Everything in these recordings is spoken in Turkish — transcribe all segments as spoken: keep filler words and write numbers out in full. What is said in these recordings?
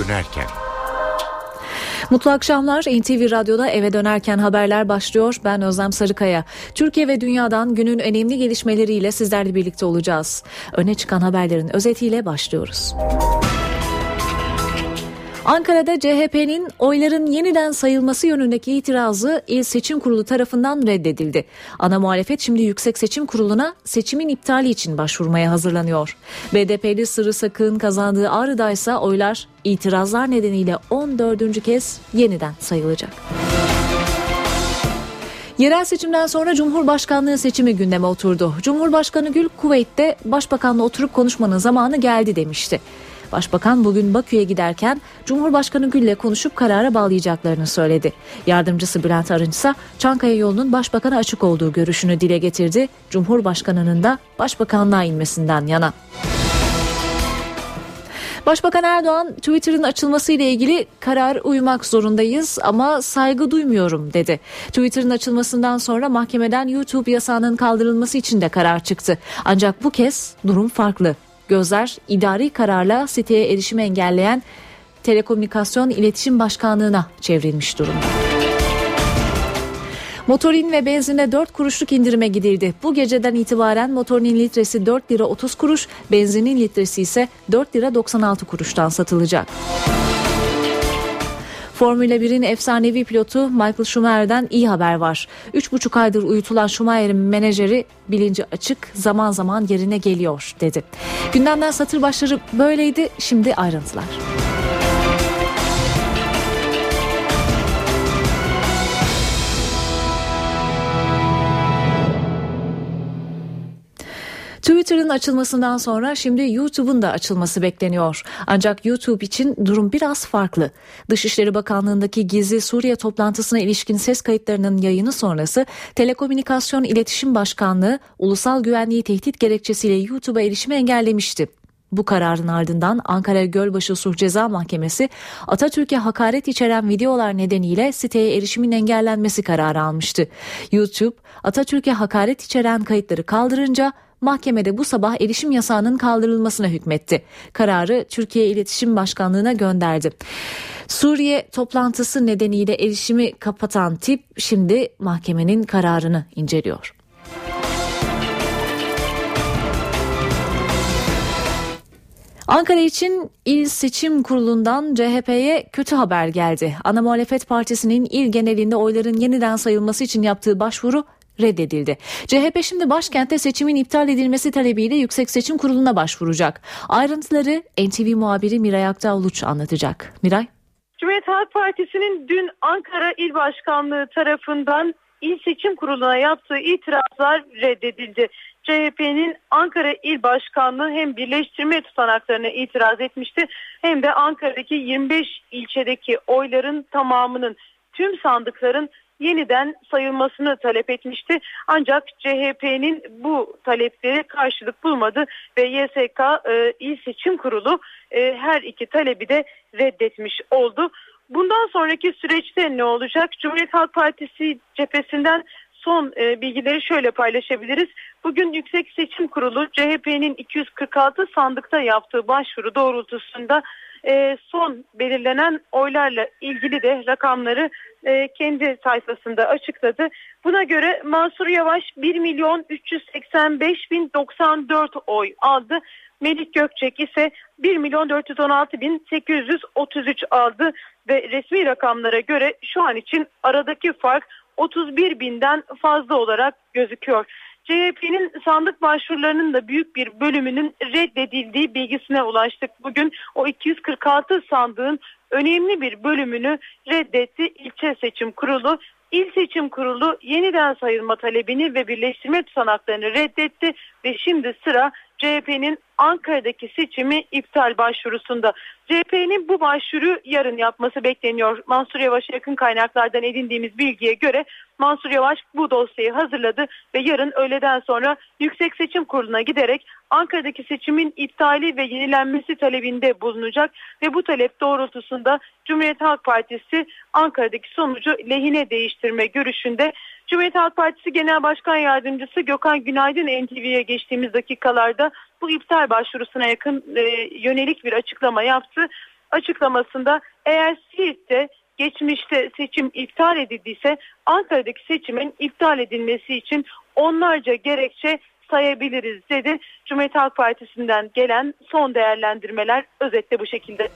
dönerken. Mutlu akşamlar. N T V Radyo'da eve dönerken haberler başlıyor. Ben Özlem Sarıkaya. Türkiye ve dünyadan günün önemli gelişmeleriyle sizlerle birlikte olacağız. Öne çıkan haberlerin özetiyle başlıyoruz. Ankara'da C H P'nin oyların yeniden sayılması yönündeki itirazı İl Seçim Kurulu tarafından reddedildi. Ana muhalefet şimdi Yüksek Seçim Kurulu'na seçimin iptali için başvurmaya hazırlanıyor. B D P'li Sırrı Sakık'ın kazandığı Ağrı'da ise oylar itirazlar nedeniyle on dördüncü kez yeniden sayılacak. Yerel seçimden sonra Cumhurbaşkanlığı seçimi gündeme oturdu. Cumhurbaşkanı Gül, Kuveyt'te Başbakan'la oturup konuşmanın zamanı geldi demişti. Başbakan bugün Bakü'ye giderken Cumhurbaşkanı Gül'le konuşup karara bağlayacaklarını söyledi. Yardımcısı Bülent Arınç ise Çankaya yolunun Başbakan'a açık olduğu görüşünü dile getirdi. Cumhurbaşkanının da Başbakanlığa inmesinden yana. Başbakan Erdoğan, Twitter'ın açılması ile ilgili karara uymak zorundayız ama saygı duymuyorum dedi. Twitter'ın açılmasından sonra mahkemeden YouTube yasağının kaldırılması için de karar çıktı. Ancak bu kez durum farklı. Gözler idari kararla siteye erişimi engelleyen Telekomünikasyon İletişim Başkanlığı'na çevrilmiş durumda. Motorin ve benzine dört kuruşluk indirime gidildi. Bu geceden itibaren motorinin litresi dört lira otuz kuruş, benzinin litresi ise dört lira doksan altı kuruştan satılacak. Formula birin efsanevi pilotu Michael Schumacher'den iyi haber var. üç buçuk aydır uyutulan Schumacher'in menajeri bilinci açık, zaman zaman yerine geliyor dedi. Gündemden satır başları böyleydi, şimdi ayrıntılar. Twitter'ın açılmasından sonra şimdi YouTube'un da açılması bekleniyor. Ancak YouTube için durum biraz farklı. Dışişleri Bakanlığı'ndaki gizli Suriye toplantısına ilişkin ses kayıtlarının yayını sonrası Telekomünikasyon İletişim Başkanlığı ulusal güvenliği tehdit gerekçesiyle YouTube'a erişimi engellemişti. Bu kararın ardından Ankara Gölbaşı Sulh Ceza Mahkemesi Atatürk'e hakaret içeren videolar nedeniyle siteye erişimin engellenmesi kararı almıştı. YouTube Atatürk'e hakaret içeren kayıtları kaldırınca mahkemede bu sabah erişim yasağının kaldırılmasına hükmetti. Kararı Türkiye İletişim Başkanlığı'na gönderdi. Suriye toplantısı nedeniyle erişimi kapatan tip şimdi mahkemenin kararını inceliyor. Ankara için İl Seçim Kurulu'ndan C H P'ye kötü haber geldi. Ana Muhalefet Partisi'nin il genelinde oyların yeniden sayılması için yaptığı başvuru reddedildi. C H P şimdi başkentte seçimin iptal edilmesi talebiyle Yüksek Seçim Kurulu'na başvuracak. Ayrıntıları N T V muhabiri Miray Aktağ Uluç anlatacak. Miray. Cumhuriyet Halk Partisi'nin dün Ankara İl Başkanlığı tarafından İl Seçim Kurulu'na yaptığı itirazlar reddedildi. C H P'nin Ankara İl Başkanlığı hem birleştirme tutanaklarına itiraz etmişti hem de Ankara'daki yirmi beş ilçedeki oyların tamamının, tüm sandıkların yeniden sayılmasını talep etmişti. Ancak C H P'nin bu talepleri karşılık bulmadı ve Y S K e, İl Seçim Kurulu e, her iki talebi de reddetmiş oldu. Bundan sonraki süreçte ne olacak? Cumhuriyet Halk Partisi cephesinden son e, bilgileri şöyle paylaşabiliriz. Bugün Yüksek Seçim Kurulu C H P'nin iki yüz kırk altı sandıkta yaptığı başvuru doğrultusunda e, son belirlenen oylarla ilgili de rakamları e, kendi sayfasında açıkladı. Buna göre Mansur Yavaş bir milyon üç yüz seksen beş bin doksan dört oy aldı. Melik Gökçek ise bir milyon dört yüz on altı bin sekiz yüz otuz üç aldı ve resmi rakamlara göre şu an için aradaki fark otuz bir binden fazla olarak gözüküyor. C H P'nin sandık başvurularının da büyük bir bölümünün reddedildiği bilgisine ulaştık. Bugün o iki yüz kırk altı sandığın önemli bir bölümünü reddetti İlçe Seçim Kurulu. İl Seçim Kurulu yeniden sayılma talebini ve birleştirme tutanaklarını reddetti ve şimdi sıra C H P'nin Ankara'daki seçimi iptal başvurusunda. C H P'nin bu başvuru yarın yapması bekleniyor. Mansur Yavaş'a yakın kaynaklardan edindiğimiz bilgiye göre Mansur Yavaş bu dosyayı hazırladı ve yarın öğleden sonra Yüksek Seçim Kurulu'na giderek Ankara'daki seçimin iptali ve yenilenmesi talebinde bulunacak ve bu talep doğrultusunda Cumhuriyet Halk Partisi Ankara'daki sonucu lehine değiştirme görüşünde. Cumhuriyet Halk Partisi Genel Başkan Yardımcısı Gökhan Günaydın N T V'ye geçtiğimiz dakikalarda bu iptal başvurusuna yakın e, yönelik bir açıklama yaptı. açıklamasında eğer Siirt'te geçmişte seçim iptal edildiyse Ankara'daki seçimin iptal edilmesi için onlarca gerekçe sayabiliriz dedi. Cumhuriyet Halk Partisi'nden gelen son değerlendirmeler özetle bu şekilde.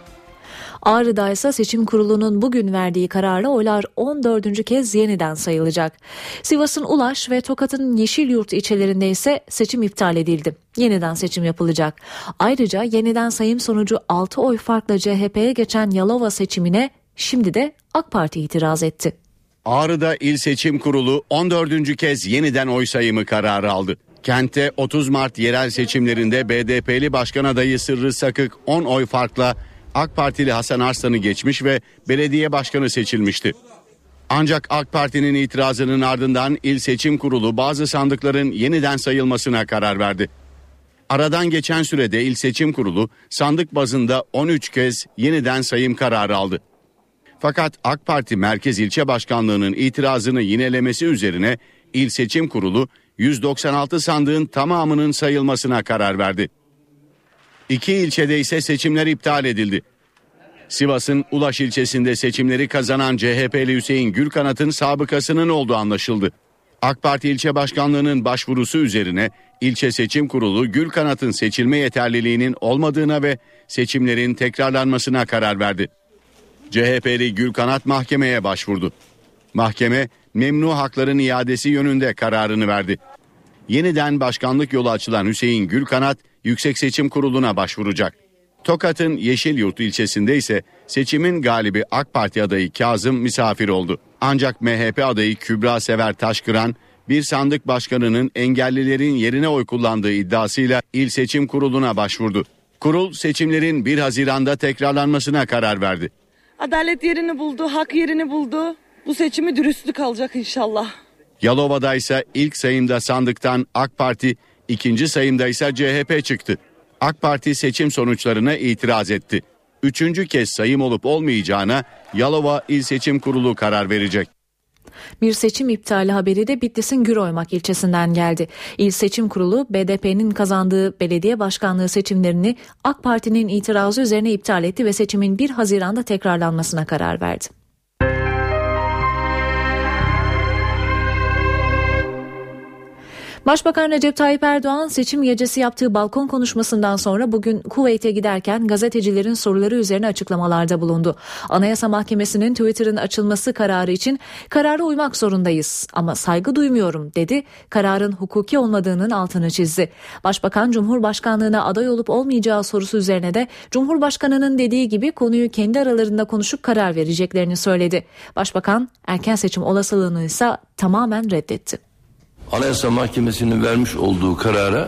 Ağrı'da ise seçim kurulunun bugün verdiği kararla oylar on dördüncü kez yeniden sayılacak. Sivas'ın Ulaş ve Tokat'ın Yeşilyurt ilçelerinde ise seçim iptal edildi. Yeniden seçim yapılacak. Ayrıca yeniden sayım sonucu altı oy farkla C H P'ye geçen Yalova seçimine şimdi de AK Parti itiraz etti. Ağrı'da İl Seçim Kurulu on dördüncü kez yeniden oy sayımı kararı aldı. Kentte otuz Mart yerel seçimlerinde B D P'li başkan adayı Sırrı Sakık on oy farkla AK Partili Hasan Arslan'ı geçmiş ve belediye başkanı seçilmişti. Ancak AK Parti'nin itirazının ardından İl Seçim Kurulu bazı sandıkların yeniden sayılmasına karar verdi. Aradan geçen sürede İl Seçim Kurulu sandık bazında on üç kez yeniden sayım kararı aldı. Fakat AK Parti Merkez İlçe Başkanlığı'nın itirazını yinelemesi üzerine İl Seçim Kurulu yüz doksan altı sandığın tamamının sayılmasına karar verdi. İki ilçede ise seçimler iptal edildi. Sivas'ın Ulaş ilçesinde seçimleri kazanan C H P'li Hüseyin Gülkanat'ın sabıkasının olduğu anlaşıldı. AK Parti ilçe başkanlığının başvurusu üzerine ilçe seçim kurulu Gülkanat'ın seçilme yeterliliğinin olmadığına ve seçimlerin tekrarlanmasına karar verdi. C H P'li Gülkanat mahkemeye başvurdu. Mahkeme memnu hakların iadesi yönünde kararını verdi. Yeniden başkanlık yolu açılan Hüseyin Gülkanat Yüksek Seçim Kurulu'na başvuracak. Tokat'ın Yeşilyurt ilçesinde ise seçimin galibi AK Parti adayı Kazım misafir oldu. Ancak M H P adayı Kübra Sever Taşkıran bir sandık başkanının engellilerin yerine oy kullandığı iddiasıyla İl Seçim Kurulu'na başvurdu. Kurul seçimlerin bir Haziran'da tekrarlanmasına karar verdi. Adalet yerini buldu, hak yerini buldu. Bu seçimi dürüstlük alacak inşallah. Yalova'da ise ilk sayımda sandıktan AK Parti, ikinci sayımda ise C H P çıktı. AK Parti seçim sonuçlarına itiraz etti. Üçüncü kez sayım olup olmayacağına Yalova İl Seçim Kurulu karar verecek. Bir seçim iptali haberi de Bitlis'in Güroymak ilçesinden geldi. İl Seçim Kurulu B D P'nin kazandığı belediye başkanlığı seçimlerini AK Parti'nin itirazı üzerine iptal etti ve seçimin bir Haziran'da tekrarlanmasına karar verdi. Başbakan Recep Tayyip Erdoğan seçim gecesi yaptığı balkon konuşmasından sonra bugün Kuveyt'e giderken gazetecilerin soruları üzerine açıklamalarda bulundu. Anayasa Mahkemesi'nin Twitter'ın açılması kararı için karara uymak zorundayız ama saygı duymuyorum dedi. Kararın hukuki olmadığının altını çizdi. Başbakan Cumhurbaşkanlığına aday olup olmayacağı sorusu üzerine de Cumhurbaşkanı'nın dediği gibi konuyu kendi aralarında konuşup karar vereceklerini söyledi. Başbakan erken seçim olasılığını ise tamamen reddetti. Anayasa Mahkemesi'nin vermiş olduğu karara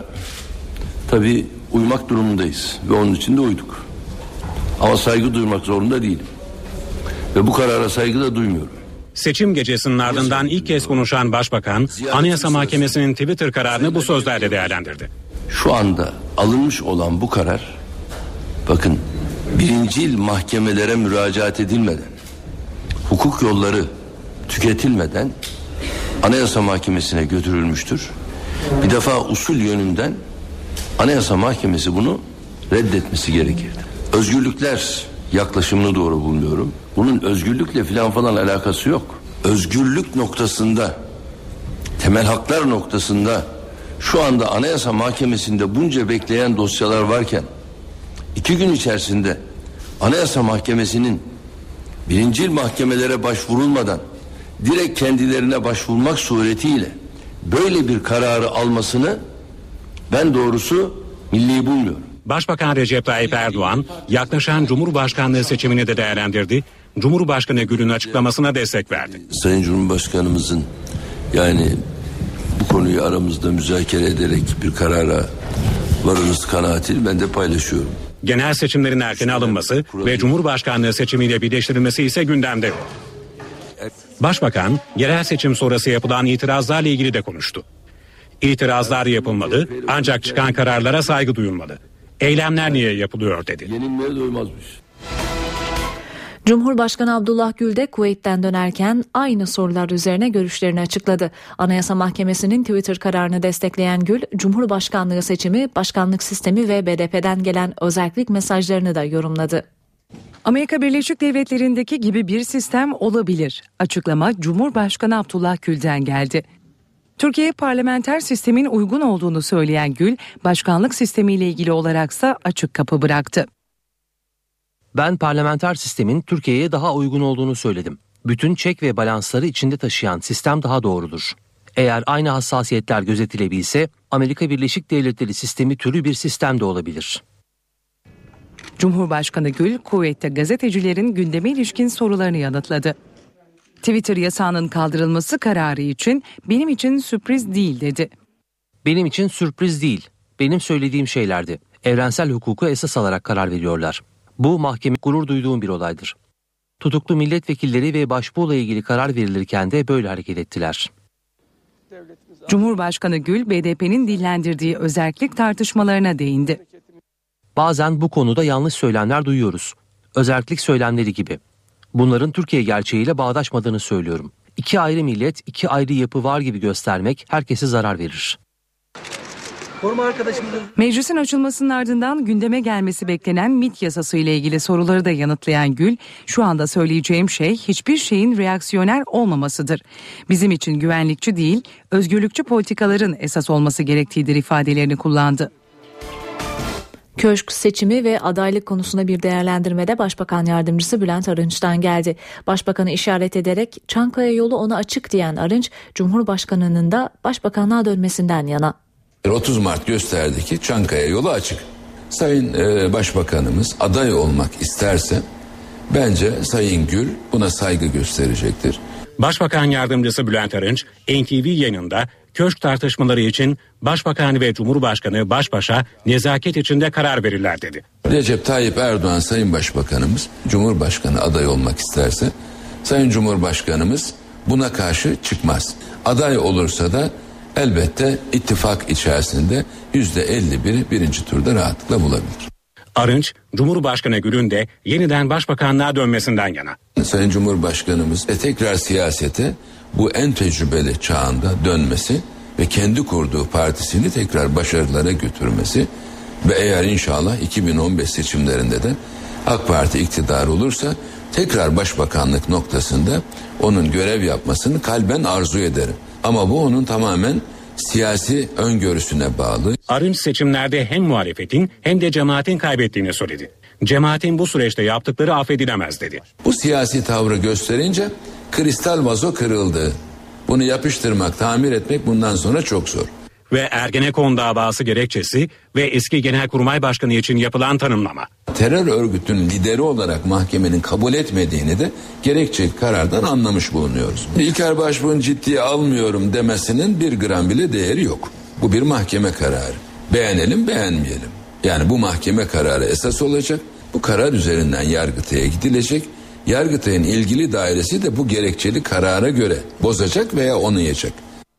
tabii uymak durumundayız ve onun için de uyduk. Ama saygı duymak zorunda değilim. Ve bu karara saygı da duymuyorum. Seçim gecesinin ardından ilk kez konuşan Başbakan, Anayasa Mahkemesi'nin Twitter kararını bu sözlerle değerlendirdi. Şu anda alınmış olan bu karar, bakın birincil mahkemelere müracaat edilmeden, hukuk yolları tüketilmeden Anayasa Mahkemesi'ne götürülmüştür. Bir defa usul yönünden Anayasa Mahkemesi bunu reddetmesi gerekirdi. Özgürlükler yaklaşımını doğru bulmuyorum. Bunun özgürlükle filan falan alakası yok. Özgürlük noktasında, temel haklar noktasında şu anda Anayasa Mahkemesi'nde bunca bekleyen dosyalar varken iki gün içerisinde Anayasa Mahkemesi'nin birincil mahkemelere başvurulmadan direkt kendilerine başvurmak suretiyle böyle bir kararı almasını ben doğrusu milli bulmuyorum. Başbakan Recep Tayyip Erdoğan yaklaşan Cumhurbaşkanlığı seçimini de değerlendirdi. Cumhurbaşkanı Gül'ün açıklamasına destek verdi. Sayın Cumhurbaşkanımızın yani bu konuyu aramızda müzakere ederek bir karara varınız kanaatini ben de paylaşıyorum. Genel seçimlerin erken alınması ve Cumhurbaşkanlığı seçimiyle birleştirilmesi ise gündemde. Başbakan, yerel seçim sonrası yapılan itirazlarla ilgili de konuştu. İtirazlar yapılmalı ancak çıkan kararlara saygı duyulmalı. Eylemler niye yapılıyor dedi. Yenilmeye doymazmış. Cumhurbaşkanı Abdullah Gül de Kuveyt'ten dönerken aynı sorular üzerine görüşlerini açıkladı. Anayasa Mahkemesi'nin Twitter kararını destekleyen Gül, Cumhurbaşkanlığı seçimi, başkanlık sistemi ve B D P'den gelen özellik mesajlarını da yorumladı. Amerika Birleşik Devletleri'ndeki gibi bir sistem olabilir. Açıklama Cumhurbaşkanı Abdullah Gül'den geldi. Türkiye parlamenter sistemin uygun olduğunu söyleyen Gül, başkanlık sistemiyle ilgili olaraksa açık kapı bıraktı. Ben parlamenter sistemin Türkiye'ye daha uygun olduğunu söyledim. Bütün çek ve balansları içinde taşıyan sistem daha doğrudur. Eğer aynı hassasiyetler gözetilebilse Amerika Birleşik Devletleri sistemi türü bir sistem de olabilir. Cumhurbaşkanı Gül, Kuveyt'te gazetecilerin gündeme ilişkin sorularını yanıtladı. Twitter yasağının kaldırılması kararı için benim için sürpriz değil dedi. Benim için sürpriz değil. Benim söylediğim şeylerdi. Evrensel hukuku esas alarak karar veriyorlar. Bu mahkeme gurur duyduğum bir olaydır. Tutuklu milletvekilleri ve başbuğla ilgili karar verilirken de böyle hareket ettiler. Cumhurbaşkanı Gül, B D P'nin dillendirdiği özerklik tartışmalarına değindi. Bazen bu konuda yanlış söylemler duyuyoruz. Özerklik söylemleri gibi. Bunların Türkiye gerçeğiyle bağdaşmadığını söylüyorum. İki ayrı millet, iki ayrı yapı var gibi göstermek herkese zarar verir. Meclisin açılmasının ardından gündeme gelmesi beklenen MİT yasası ile ilgili soruları da yanıtlayan Gül, şu anda söyleyeceğim şey hiçbir şeyin reaksiyoner olmamasıdır. Bizim için güvenlikçi değil, özgürlükçü politikaların esas olması gerektiğidir ifadelerini kullandı. Köşk seçimi ve adaylık konusunda bir değerlendirmede Başbakan Yardımcısı Bülent Arınç'tan geldi. Başbakanı işaret ederek Çankaya yolu ona açık diyen Arınç, Cumhurbaşkanı'nın da başbakanlığa dönmesinden yana. otuz Mart gösterdi ki Çankaya yolu açık. Sayın e, Başbakanımız aday olmak isterse bence Sayın Gül buna saygı gösterecektir. Başbakan Yardımcısı Bülent Arınç, N T V yayınında köşk tartışmaları için Başbakan ve Cumhurbaşkanı baş başa nezaket içinde karar verirler dedi. Recep Tayyip Erdoğan Sayın Başbakanımız Cumhurbaşkanı aday olmak isterse Sayın Cumhurbaşkanımız buna karşı çıkmaz. Aday olursa da elbette ittifak içerisinde yüzde elli biri birinci turda rahatlıkla bulabilir. Arınç, Cumhurbaşkanı Gül'ün de yeniden başbakanlığa dönmesinden yana. Sayın Cumhurbaşkanımız ve tekrar siyasete bu en tecrübeli çağında dönmesi ve kendi kurduğu partisini tekrar başarılara götürmesi ve eğer inşallah iki bin on beş seçimlerinde de AK Parti iktidar olursa tekrar başbakanlık noktasında onun görev yapmasını kalben arzu ederim. Ama bu onun tamamen siyasi öngörüsüne bağlı. Arınç seçimlerde hem muhalefetin hem de cemaatin kaybettiğini söyledi. Cemaatin bu süreçte yaptıkları affedilemez dedi. Bu siyasi tavrı gösterince kristal vazo kırıldı. Bunu yapıştırmak, tamir etmek bundan sonra çok zor. Ve Ergenekon davası gerekçesi ve eski Genelkurmay Başkanı için yapılan tanımlama. Terör örgütünün lideri olarak mahkemenin kabul etmediğini de gerekçe karardan anlamış bulunuyoruz. İlker Başbuğ'un ciddiye almıyorum demesinin bir gram bile değeri yok. Bu bir mahkeme kararı. Beğenelim beğenmeyelim. Yani bu mahkeme kararı esas olacak. Bu karar üzerinden Yargıtay'a gidilecek. Yargıtay'ın ilgili dairesi de bu gerekçeli karara göre bozacak veya onaylayacak.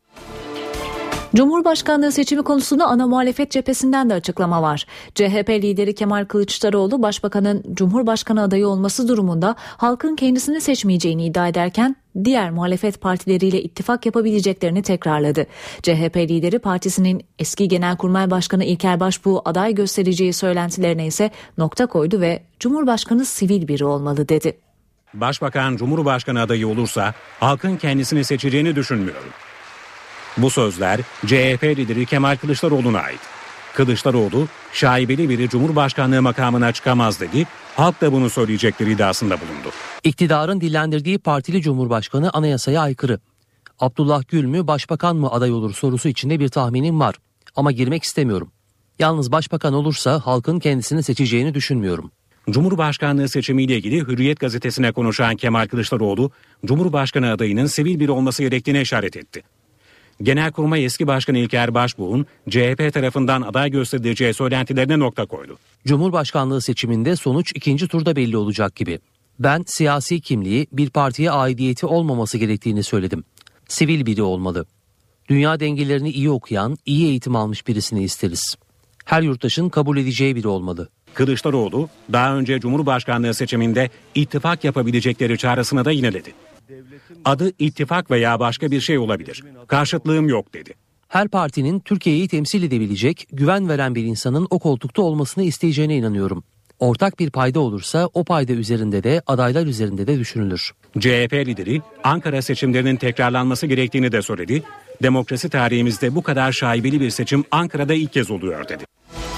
Cumhurbaşkanlığı seçimi konusunda ana muhalefet cephesinden de açıklama var. C H P lideri Kemal Kılıçdaroğlu, Başbakanın Cumhurbaşkanı adayı olması durumunda halkın kendisini seçmeyeceğini iddia ederken diğer muhalefet partileriyle ittifak yapabileceklerini tekrarladı. C H P lideri partisinin eski Genelkurmay Başkanı İlker Başbuğ aday göstereceği söylentilerine ise nokta koydu ve Cumhurbaşkanı sivil biri olmalı dedi. Başbakan Cumhurbaşkanı adayı olursa halkın kendisini seçeceğini düşünmüyorum. Bu sözler C H P lideri Kemal Kılıçdaroğlu'na ait. Kılıçdaroğlu, şaibeli biri Cumhurbaşkanlığı makamına çıkamaz dedi, halk da bunu söyleyecekleri iddiasında bulundu. İktidarın dillendirdiği partili Cumhurbaşkanı anayasaya aykırı. Abdullah Gül mü başbakan mı aday olur sorusu içinde bir tahminim var ama girmek istemiyorum. Yalnız başbakan olursa halkın kendisini seçeceğini düşünmüyorum. Cumhurbaşkanlığı seçimiyle ilgili Hürriyet gazetesine konuşan Kemal Kılıçdaroğlu, Cumhurbaşkanı adayının sivil biri olması gerektiğine işaret etti. Genelkurmay eski Başkanı İlker Başbuğ'un C H P tarafından aday gösterileceği söylentilerine nokta koydu. Cumhurbaşkanlığı seçiminde sonuç ikinci turda belli olacak gibi. Ben siyasi kimliği bir partiye aidiyeti olmaması gerektiğini söyledim. Sivil biri olmalı. Dünya dengelerini iyi okuyan, iyi eğitim almış birisini isteriz. Her yurttaşın kabul edeceği biri olmalı. Kılıçdaroğlu daha önce Cumhurbaşkanlığı seçiminde ittifak yapabilecekleri çağrısına da yineledi. Adı ittifak veya başka bir şey olabilir. Karşıtlığım yok dedi. Her partinin Türkiye'yi temsil edebilecek, güven veren bir insanın o koltukta olmasını isteyeceğine inanıyorum. Ortak bir payda olursa o payda üzerinde de adaylar üzerinde de düşünülür. C H P lideri Ankara seçimlerinin tekrarlanması gerektiğini de söyledi. Demokrasi tarihimizde bu kadar şaibeli bir seçim Ankara'da ilk kez oluyor dedi.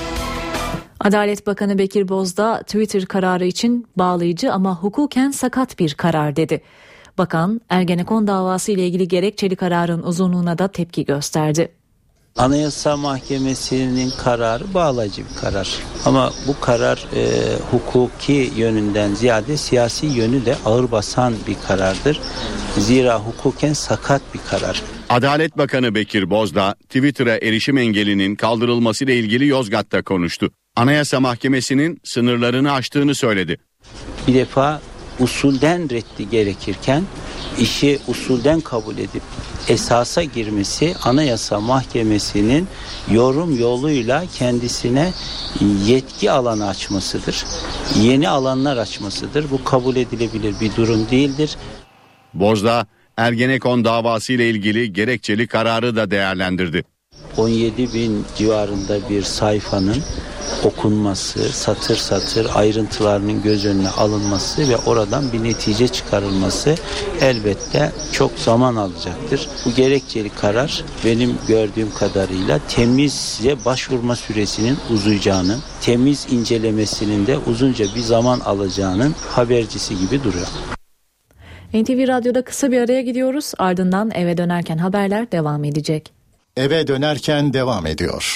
Adalet Bakanı Bekir Bozdağ Twitter kararı için bağlayıcı ama hukuken sakat bir karar dedi. Bakan Ergenekon davası ile ilgili gerekçeli kararın uzunluğuna da tepki gösterdi. Anayasa Mahkemesi'nin kararı bağlayıcı bir karar. Ama bu karar e, hukuki yönünden ziyade siyasi yönü de ağır basan bir karardır. Zira hukuken sakat bir karar. Adalet Bakanı Bekir Bozdağ Twitter'a erişim engelinin kaldırılmasıyla ilgili Yozgat'ta konuştu. Anayasa Mahkemesi'nin sınırlarını aştığını söyledi. Bir defa usulden reddi gerekirken işi usulden kabul edip esasa girmesi Anayasa Mahkemesi'nin yorum yoluyla kendisine yetki alanı açmasıdır. Yeni alanlar açmasıdır. Bu kabul edilebilir bir durum değildir. Bozdağ Ergenekon davası ile ilgili gerekçeli kararı da değerlendirdi. on yedi bin civarında bir sayfanın okunması, satır satır ayrıntılarının göz önüne alınması ve oradan bir netice çıkarılması elbette çok zaman alacaktır. Bu gerekçeli karar benim gördüğüm kadarıyla temize başvurma süresinin uzayacağını, temiz incelemesinin de uzunca bir zaman alacağının habercisi gibi duruyor. N T V Radyo'da kısa bir araya gidiyoruz. Ardından eve dönerken haberler devam edecek. Eve dönerken devam ediyor.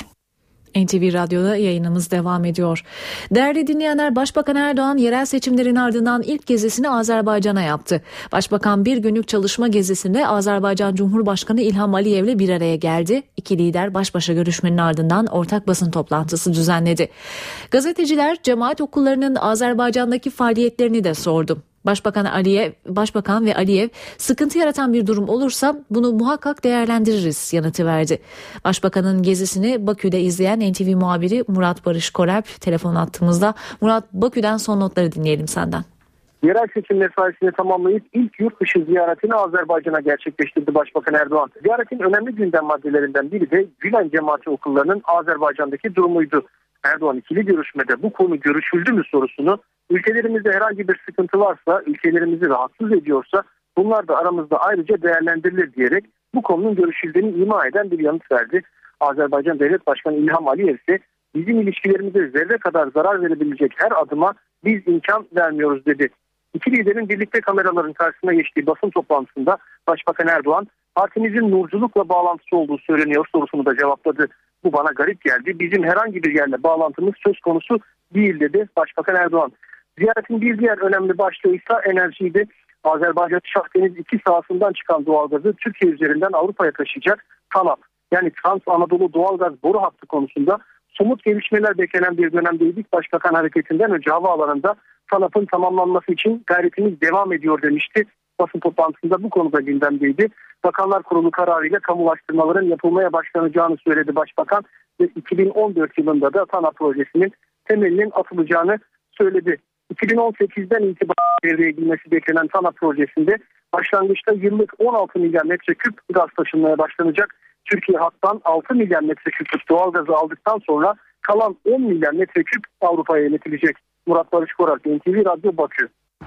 N T V Radyo'da yayınımız devam ediyor. Değerli dinleyenler, Başbakan Erdoğan yerel seçimlerin ardından ilk gezisini Azerbaycan'a yaptı. Başbakan bir günlük çalışma gezisinde Azerbaycan Cumhurbaşkanı İlham Aliyev'le bir araya geldi. İki lider baş başa görüşmenin ardından ortak basın toplantısı düzenledi. Gazeteciler cemaat okullarının Azerbaycan'daki faaliyetlerini de sordu. Başbakan Aliyev, Başbakan ve Aliyev sıkıntı yaratan bir durum olursa bunu muhakkak değerlendiririz yanıtı verdi. Başbakanın gezisini Bakü'de izleyen N T V muhabiri Murat Barış Koralp telefon attığımızda. Murat, Bakü'den son notları dinleyelim senden. Yerel seçimler sayesinde tamamlayıp ilk yurt dışı ziyaretini Azerbaycan'a gerçekleştirdi Başbakan Erdoğan. Ziyaretin önemli gündem maddelerinden biri de Gülen cemaati okullarının Azerbaycan'daki durumuydu. Erdoğan ikili görüşmede bu konu görüşüldü mü sorusunu, ülkelerimizde herhangi bir sıkıntı varsa, ülkelerimizi rahatsız ediyorsa bunlar da aramızda ayrıca değerlendirilir diyerek bu konunun görüşüldüğünü ima eden bir yanıt verdi. Azerbaycan Devlet Başkanı İlham Aliyev ise bizim ilişkilerimize zerre kadar zarar verebilecek her adıma biz imkan vermiyoruz dedi. İki liderin birlikte kameraların karşısına geçtiği basın toplantısında Başbakan Erdoğan partimizin nurculukla bağlantısı olduğu söyleniyor sorusunu da cevapladı. Bu bana garip geldi. Bizim herhangi bir yerle bağlantımız söz konusu değil dedi Başbakan Erdoğan. Ziyaretin bir diğer önemli başlığı ise enerjiydi. Azerbaycan Şahdeniz iki sahasından çıkan doğalgazı Türkiye üzerinden Avrupa'ya taşıyacak TANAP, yani Trans Anadolu Doğalgaz Boru Hattı konusunda somut gelişmeler beklenen bir dönemdeydik. Başbakan hareketinden önce havaalanında TANAP'ın tamamlanması için gayretimiz devam ediyor demişti. Basın toplantısında bu konuda gündemdeydi. Bakanlar Kurulu kararıyla kamulaştırmaların yapılmaya başlanacağını söyledi Başbakan ve iki bin on dört yılında da TANAP projesinin temelinin atılacağını söyledi. iki bin on sekizden itibaren devreye girmesi beklenen TANAP projesinde başlangıçta yıllık on altı milyar metreküp gaz taşınmaya başlanacak. Türkiye hattan altı milyar metreküp doğalgazı aldıktan sonra kalan on milyar metreküp Avrupa'ya iletilecek. Murat Barış Koral, N T V Radyo, Bakü.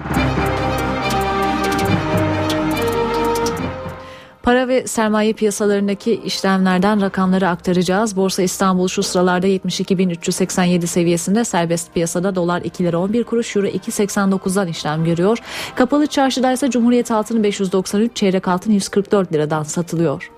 Para ve sermaye piyasalarındaki işlemlerden rakamları aktaracağız. Borsa İstanbul şu sıralarda yetmiş iki bin üç yüz seksen yedi seviyesinde, serbest piyasada dolar iki lira on bir kuruş, euro iki seksen dokuzdan işlem görüyor. Kapalı çarşıda ise Cumhuriyet altını beş yüz doksan üç, çeyrek altın yüz kırk dört liradan satılıyor.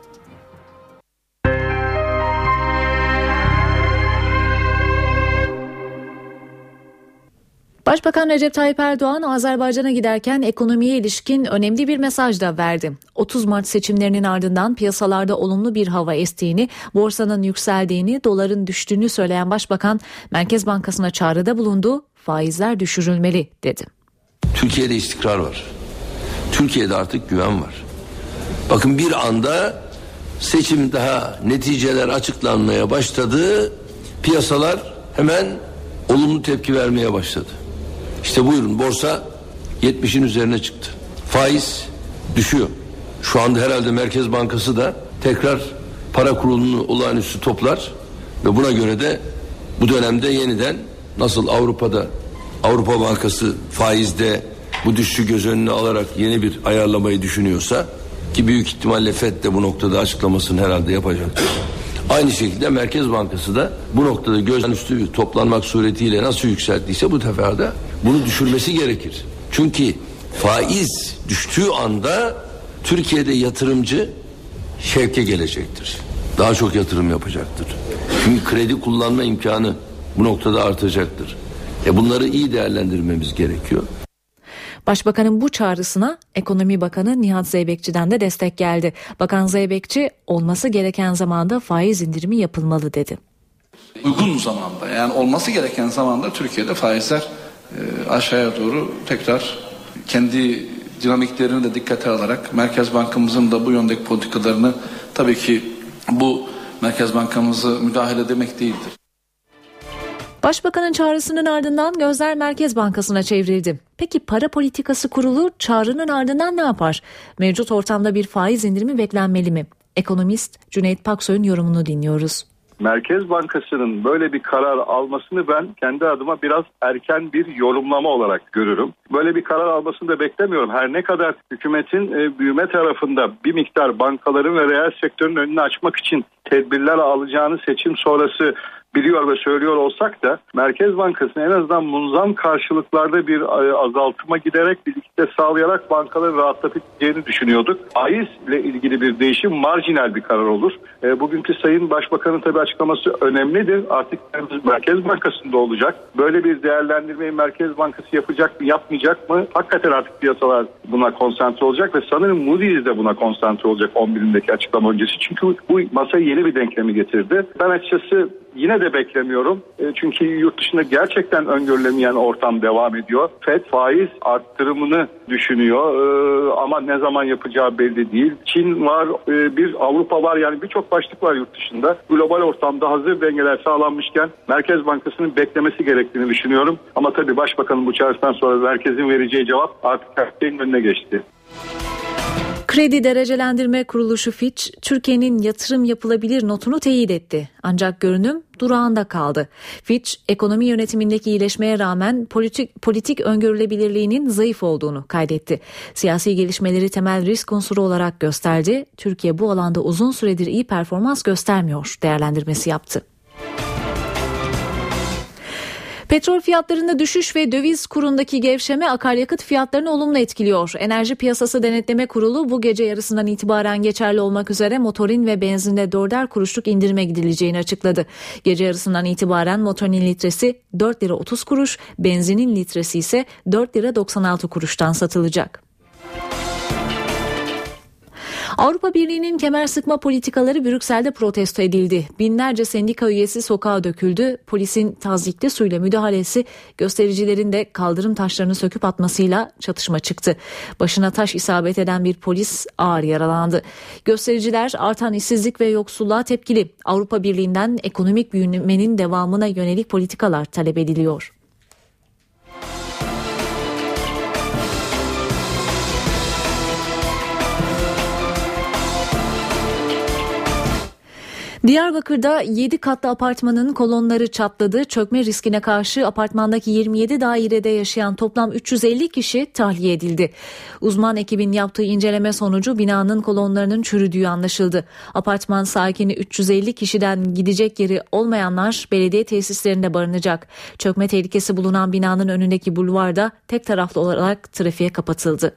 Başbakan Recep Tayyip Erdoğan Azerbaycan'a giderken ekonomiye ilişkin önemli bir mesaj da verdi. otuz Mart seçimlerinin ardından piyasalarda olumlu bir hava estiğini, borsanın yükseldiğini, doların düştüğünü söyleyen Başbakan, Merkez Bankası'na çağrıda bulundu, faizler düşürülmeli dedi. Türkiye'de istikrar var. Türkiye'de artık güven var. Bakın bir anda seçim daha neticeler açıklanmaya başladı, piyasalar hemen olumlu tepki vermeye başladı. İşte buyurun, borsa yetmişin üzerine çıktı. Faiz düşüyor. Şu anda herhalde Merkez Bankası da tekrar para kurulunu olağanüstü toplar ve buna göre de bu dönemde yeniden nasıl Avrupa'da Avrupa Bankası faizde bu düşüşü göz önüne alarak yeni bir ayarlamayı düşünüyorsa, ki büyük ihtimalle F E D de bu noktada açıklamasını herhalde yapacaktır. Aynı şekilde Merkez Bankası da bu noktada gözden üstü toplanmak suretiyle nasıl yükselttiyse bu sefer de bunu düşürmesi gerekir. Çünkü faiz düştüğü anda Türkiye'de yatırımcı şevke gelecektir. Daha çok yatırım yapacaktır. Çünkü kredi kullanma imkanı bu noktada artacaktır. E bunları iyi değerlendirmemiz gerekiyor. Başbakanın bu çağrısına Ekonomi Bakanı Nihat Zeybekçi'den de destek geldi. Bakan Zeybekçi, olması gereken zamanda faiz indirimi yapılmalı dedi. Uygun zamanda, yani olması gereken zamanda Türkiye'de faizler e, aşağıya doğru tekrar kendi dinamiklerini de dikkate alarak Merkez Bankamızın da bu yöndeki politikalarını, tabii ki bu Merkez Bankamızı müdahale demek değildir. Başbakanın çağrısının ardından gözler Merkez Bankası'na çevrildi. Peki Para Politikası Kurulu çağrının ardından ne yapar? Mevcut ortamda bir faiz indirimi beklenmeli mi? Ekonomist Cüneyt Paksoy'un yorumunu dinliyoruz. Merkez Bankası'nın böyle bir karar almasını ben kendi adıma biraz erken bir yorumlama olarak görürüm. Böyle bir karar almasını da beklemiyorum. Her ne kadar hükümetin e, büyüme tarafında bir miktar bankaların ve reel sektörün önünü açmak için tedbirler alacağını seçim sonrası biliyor ve söylüyor olsak da Merkez Bankası'nın en azından munzam karşılıklarda bir azaltıma giderek birlikte sağlayarak bankaları rahatlatacağını düşünüyorduk. Faiz ile ilgili bir değişim marjinal bir karar olur. E, bugünkü Sayın Başbakan'ın tabii açıklaması önemlidir. Artık Merkez Bankası'nda olacak. Böyle bir değerlendirmeyi Merkez Bankası yapacak mı, yapmayacak mı? Hakikaten artık piyasalar buna konsantre olacak ve sanırım Moody's de buna konsantre olacak on birindeki açıklama öncesi. Çünkü bu masaya yeni bir denklemi getirdi. Ben açıkçası yine de beklemiyorum. Çünkü yurt dışında gerçekten öngörülemeyen ortam devam ediyor. F E D faiz arttırımını düşünüyor ama ne zaman yapacağı belli değil. Çin var, bir Avrupa var, yani birçok başlık var yurt dışında. Global ortamda hazır dengeler sağlanmışken Merkez Bankası'nın beklemesi gerektiğini düşünüyorum. Ama tabii Başbakanın bu çağrısından sonra merkezin vereceği cevap artık her şeyin önüne geçti. Kredi Derecelendirme Kuruluşu Fitch, Türkiye'nin yatırım yapılabilir notunu teyit etti. Ancak görünüm durağında kaldı. Fitch, ekonomi yönetimindeki iyileşmeye rağmen politik, politik öngörülebilirliğinin zayıf olduğunu kaydetti. Siyasi gelişmeleri temel risk unsuru olarak gösterdi. Türkiye bu alanda uzun süredir iyi performans göstermiyor değerlendirmesi yaptı. Petrol fiyatlarında düşüş ve döviz kurundaki gevşeme akaryakıt fiyatlarını olumlu etkiliyor. Enerji Piyasası Denetleme Kurulu bu gece yarısından itibaren geçerli olmak üzere motorin ve benzinde dörder kuruşluk indirime gidileceğini açıkladı. Gece yarısından itibaren motorin litresi dört lira otuz kuruş, benzinin litresi ise dört lira doksan altı kuruştan satılacak. Avrupa Birliği'nin kemer sıkma politikaları Brüksel'de protesto edildi. Binlerce sendika üyesi sokağa döküldü. Polisin tazyikli suyla müdahalesi, göstericilerin de kaldırım taşlarını söküp atmasıyla çatışma çıktı. Başına taş isabet eden bir polis ağır yaralandı. Göstericiler artan işsizlik ve yoksulluğa tepkili. Avrupa Birliği'nden ekonomik büyümenin devamına yönelik politikalar talep ediliyor. Diyarbakır'da yedi katlı apartmanın kolonları çatladı. Çökme riskine karşı apartmandaki yirmi yedi dairede yaşayan toplam üç yüz elli kişi tahliye edildi. Uzman ekibin yaptığı inceleme sonucu binanın kolonlarının çürüdüğü anlaşıldı. Apartman sakini üç yüz elli kişiden gidecek yeri olmayanlar belediye tesislerinde barınacak. Çökme tehlikesi bulunan binanın önündeki bulvarda tek taraflı olarak trafiğe kapatıldı.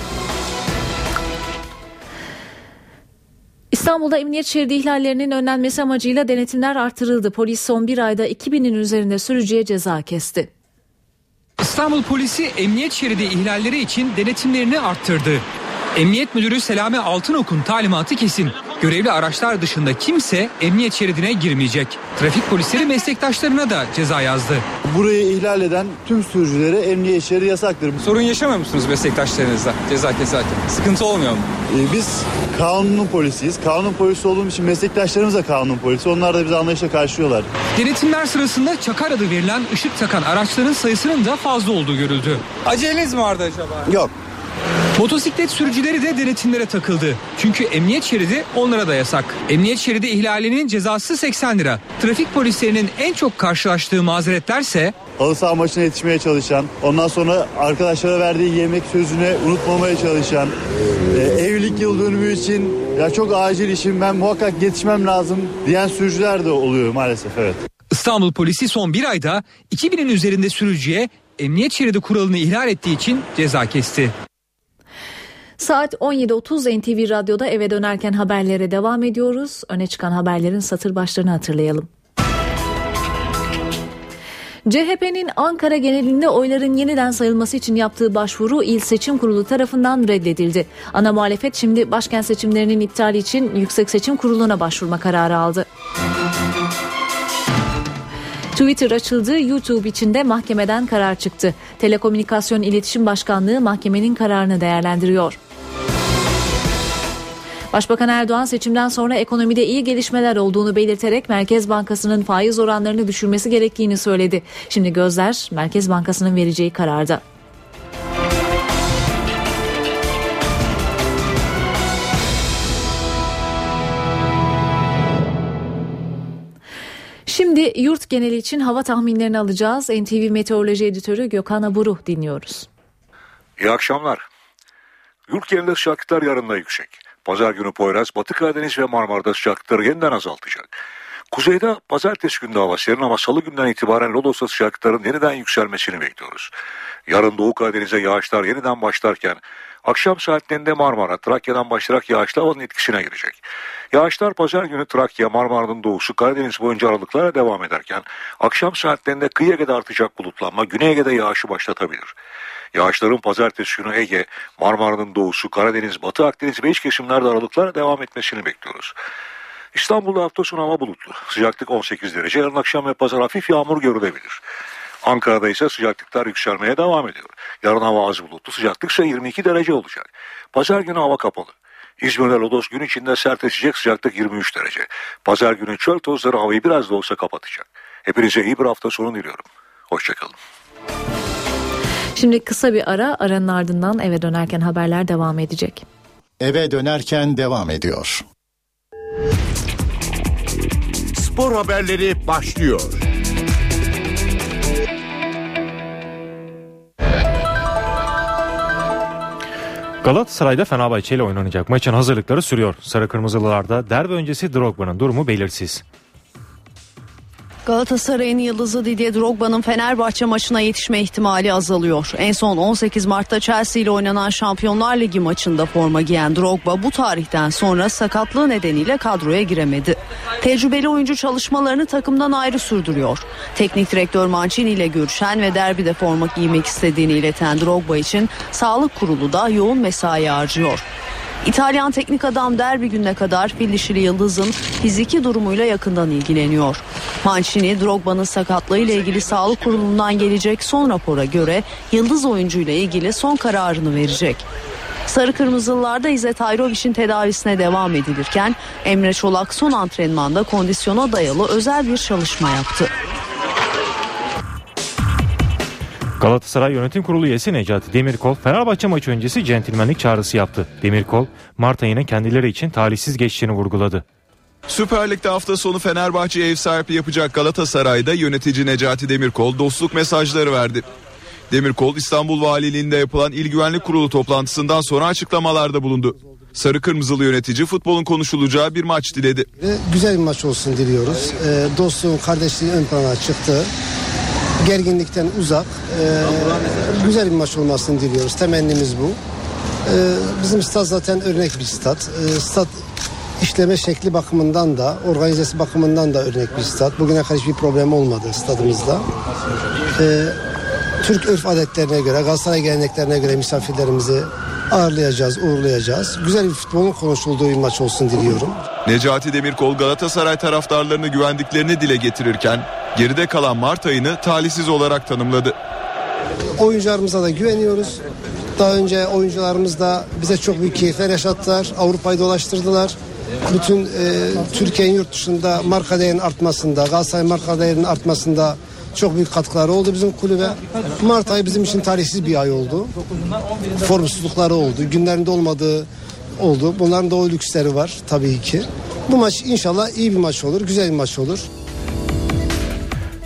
İstanbul'da emniyet şeridi ihlallerinin önlenmesi amacıyla denetimler artırıldı. Polis son bir ayda iki binin üzerinde sürücüye ceza kesti. İstanbul polisi emniyet şeridi ihlalleri için denetimlerini arttırdı. Emniyet Müdürü Selami Altınok'un talimatı kesin. Görevli araçlar dışında kimse emniyet şeridine girmeyecek. Trafik polisleri meslektaşlarına da ceza yazdı. Burayı ihlal eden tüm sürücülere emniyet şeridi yasaktır. Sorun yaşamıyor musunuz meslektaşlarınızla ceza keserken? Sıkıntı olmuyor mu? Ee, biz kanunun polisiyiz. Kanun polisi olduğumuz için meslektaşlarımız da kanun polisi. Onlar da bizi anlayışla karşılıyorlar. Denetimler sırasında çakar adı verilen ışık takan araçların sayısının da fazla olduğu görüldü. Aceleniz mi vardı acaba? Yok. Motosiklet sürücüleri de denetimlere takıldı. Çünkü emniyet şeridi onlara da yasak. Emniyet şeridi ihlalinin cezası seksen lira. Trafik polislerinin en çok karşılaştığı mazeretlerse... halı saha maçına yetişmeye çalışan, ondan sonra arkadaşlara verdiği yemek sözünü unutmamaya çalışan, e, evlilik yıl dönümü için ya çok acil işim, ben muhakkak yetişmem lazım diyen sürücüler de oluyor maalesef, evet. İstanbul polisi son bir ayda iki binin üzerinde sürücüye emniyet şeridi kuralını ihlal ettiği için ceza kesti. Saat on yedi otuz N T V Radyo'da eve dönerken haberlere devam ediyoruz. Öne çıkan haberlerin satır başlarını hatırlayalım. C H P'nin Ankara genelinde oyların yeniden sayılması için yaptığı başvuru İl Seçim Kurulu tarafından reddedildi. Ana muhalefet şimdi başkent seçimlerinin iptali için Yüksek Seçim Kurulu'na başvurma kararı aldı. Twitter açıldı, YouTube için de mahkemeden karar çıktı. Telekomünikasyon İletişim Başkanlığı mahkemenin kararını değerlendiriyor. Başbakan Erdoğan seçimden sonra ekonomide iyi gelişmeler olduğunu belirterek Merkez Bankası'nın faiz oranlarını düşürmesi gerektiğini söyledi. Şimdi gözler Merkez Bankası'nın vereceği kararda. Şimdi yurt geneli için hava tahminlerini alacağız. N T V Meteoroloji Editörü Gökhan Aburu dinliyoruz. İyi akşamlar. Yurt genelinde sıcaklıklar yarın da yüksek. Pazar günü Poyraz, Batı Karadeniz ve Marmara'da sıcaklıkları yeniden azaltacak. Kuzeyde pazartesi günü hava serin ama salı günden itibaren Lodos'ta sıcaklıkların yeniden yükselmesini bekliyoruz. Yarın Doğu Karadeniz'e yağışlar yeniden başlarken akşam saatlerinde Marmara, Trakya'dan başlayarak yağışlı havanın etkisine girecek. Yağışlar pazar günü Trakya, Marmara'nın doğusu, Karadeniz boyunca aralıklara devam ederken akşam saatlerinde kıyı Ege'de artacak bulutlanma Güney Ege'de yağışı başlatabilir. Yağışların pazartesi günü Ege, Marmara'nın doğusu, Karadeniz, Batı Akdeniz ve iç kesimlerde aralıklara devam etmesini bekliyoruz. İstanbul'da hafta sonu hava bulutlu. Sıcaklık on sekiz derece. Yarın akşam ve pazar hafif yağmur görülebilir. Ankara'da ise sıcaklıklar yükselmeye devam ediyor. Yarın hava az bulutlu. Sıcaklık ise yirmi iki derece olacak. Pazar günü hava kapalı. İzmir'de Lodos gün içinde sertleşecek, sıcaklık yirmi üç derece. Pazar günü çöl tozları havayı biraz da olsa kapatacak. Hepinize iyi bir hafta sonu diliyorum. Hoşçakalın. Şimdi kısa bir ara, aranın ardından eve dönerken haberler devam edecek. Eve dönerken devam ediyor. Spor haberleri başlıyor. Galatasaray'da Fenerbahçe ile oynanacak maçın hazırlıkları sürüyor. Sarı Kırmızılılarda derbi öncesi Drogba'nın durumu belirsiz. Galatasaray'ın yıldızı Didier Drogba'nın Fenerbahçe maçına yetişme ihtimali azalıyor. En son on sekiz Mart'ta Chelsea ile oynanan Şampiyonlar Ligi maçında forma giyen Drogba bu tarihten sonra sakatlığı nedeniyle kadroya giremedi. Tecrübeli oyuncu çalışmalarını takımdan ayrı sürdürüyor. Teknik direktör Mancini ile görüşen ve derbide forma giymek istediğini ileten Drogba için sağlık kurulu da yoğun mesai harcıyor. İtalyan teknik adam derbi gününe kadar Fil dişili Yıldız'ın fiziki durumuyla yakından ilgileniyor. Mancini, Drogba'nın sakatlığı ile ilgili sağlık kurulundan gelecek son rapora göre Yıldız oyuncuyla ilgili son kararını verecek. Sarı Kırmızılılarda İzzet Ayrovic'in tedavisine devam edilirken Emre Çolak son antrenmanda kondisyona dayalı özel bir çalışma yaptı. Galatasaray Yönetim Kurulu üyesi Necati Demirkol, Fenerbahçe maçı öncesi centilmenlik çağrısı yaptı. Demirkol, Mart ayının kendileri için talihsiz geçtiğini vurguladı. Süper Lig'de hafta sonu Fenerbahçe'ye ev sahipliği yapacak Galatasaray'da yönetici Necati Demirkol dostluk mesajları verdi. Demirkol, İstanbul Valiliğinde yapılan İl Güvenlik Kurulu toplantısından sonra açıklamalarda bulundu. Sarı Kırmızılı yönetici futbolun konuşulacağı bir maç diledi. Güzel bir maç olsun diliyoruz. E, dostluğun, kardeşliğin ön plana çıktı. Gerginlikten uzak, e, güzel bir maç olmasını diliyoruz. Temennimiz bu. E, bizim stat zaten örnek bir stat. E, stat işleme şekli bakımından da, organizesi bakımından da örnek bir stat. Bugüne kadar hiçbir problem olmadı stadımızda. E, Türk örf adetlerine göre, Galatasaray geleneklerine göre misafirlerimizi ağırlayacağız, uğurlayacağız. Güzel bir futbolun konuşulduğu bir maç olsun diliyorum. Necati Demirkol Galatasaray taraftarlarını güvendiklerini dile getirirken geride kalan Mart ayını talihsiz olarak tanımladı. Oyuncularımıza da güveniyoruz. Daha önce oyuncularımız da bize çok büyük keyifler yaşattılar. Avrupa'yı dolaştırdılar. Bütün e, Türkiye'nin yurt dışında marka değerinin artmasında, Galatasaray marka değerinin artmasında çok büyük katkıları oldu bizim kulübe. Mart ayı bizim için talihsiz bir ay oldu. Formsuzlukları oldu. Günlerinde olmadığı oldu. Bunların da o lüksleri var tabii ki. Bu maç inşallah iyi bir maç olur. Güzel bir maç olur.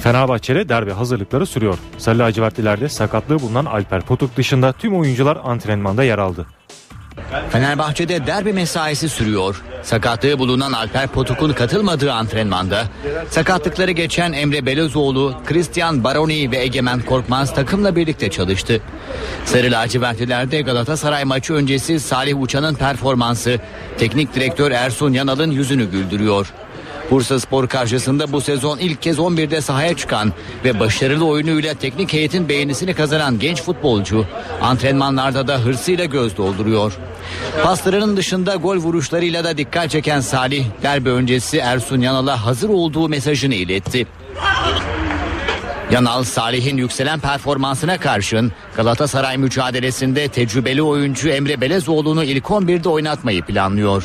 Fenerbahçe'de derbi hazırlıkları sürüyor. Sarı lacivertlilerde sakatlığı bulunan Alper Potuk dışında tüm oyuncular antrenmanda yer aldı. Fenerbahçe'de derbi mesaisi sürüyor. Sakatlığı bulunan Alper Potuk'un katılmadığı antrenmanda sakatlıkları geçen Emre Belözoğlu, Christian Baroni ve Egemen Korkmaz takımla birlikte çalıştı. Sarı lacivertlilerde Galatasaray maçı öncesi Salih Uçan'ın performansı teknik direktör Ersun Yanal'ın yüzünü güldürüyor. Bursaspor karşısında bu sezon ilk kez on birde sahaya çıkan ve başarılı oyunuyla teknik heyetin beğenisini kazanan genç futbolcu antrenmanlarda da hırsıyla göz dolduruyor. Paslarının dışında gol vuruşlarıyla da dikkat çeken Salih derbi öncesi Ersun Yanal'a hazır olduğu mesajını iletti. Yanal, Salih'in yükselen performansına karşın Galatasaray mücadelesinde tecrübeli oyuncu Emre Belezoğlu'nu ilk on birde oynatmayı planlıyor.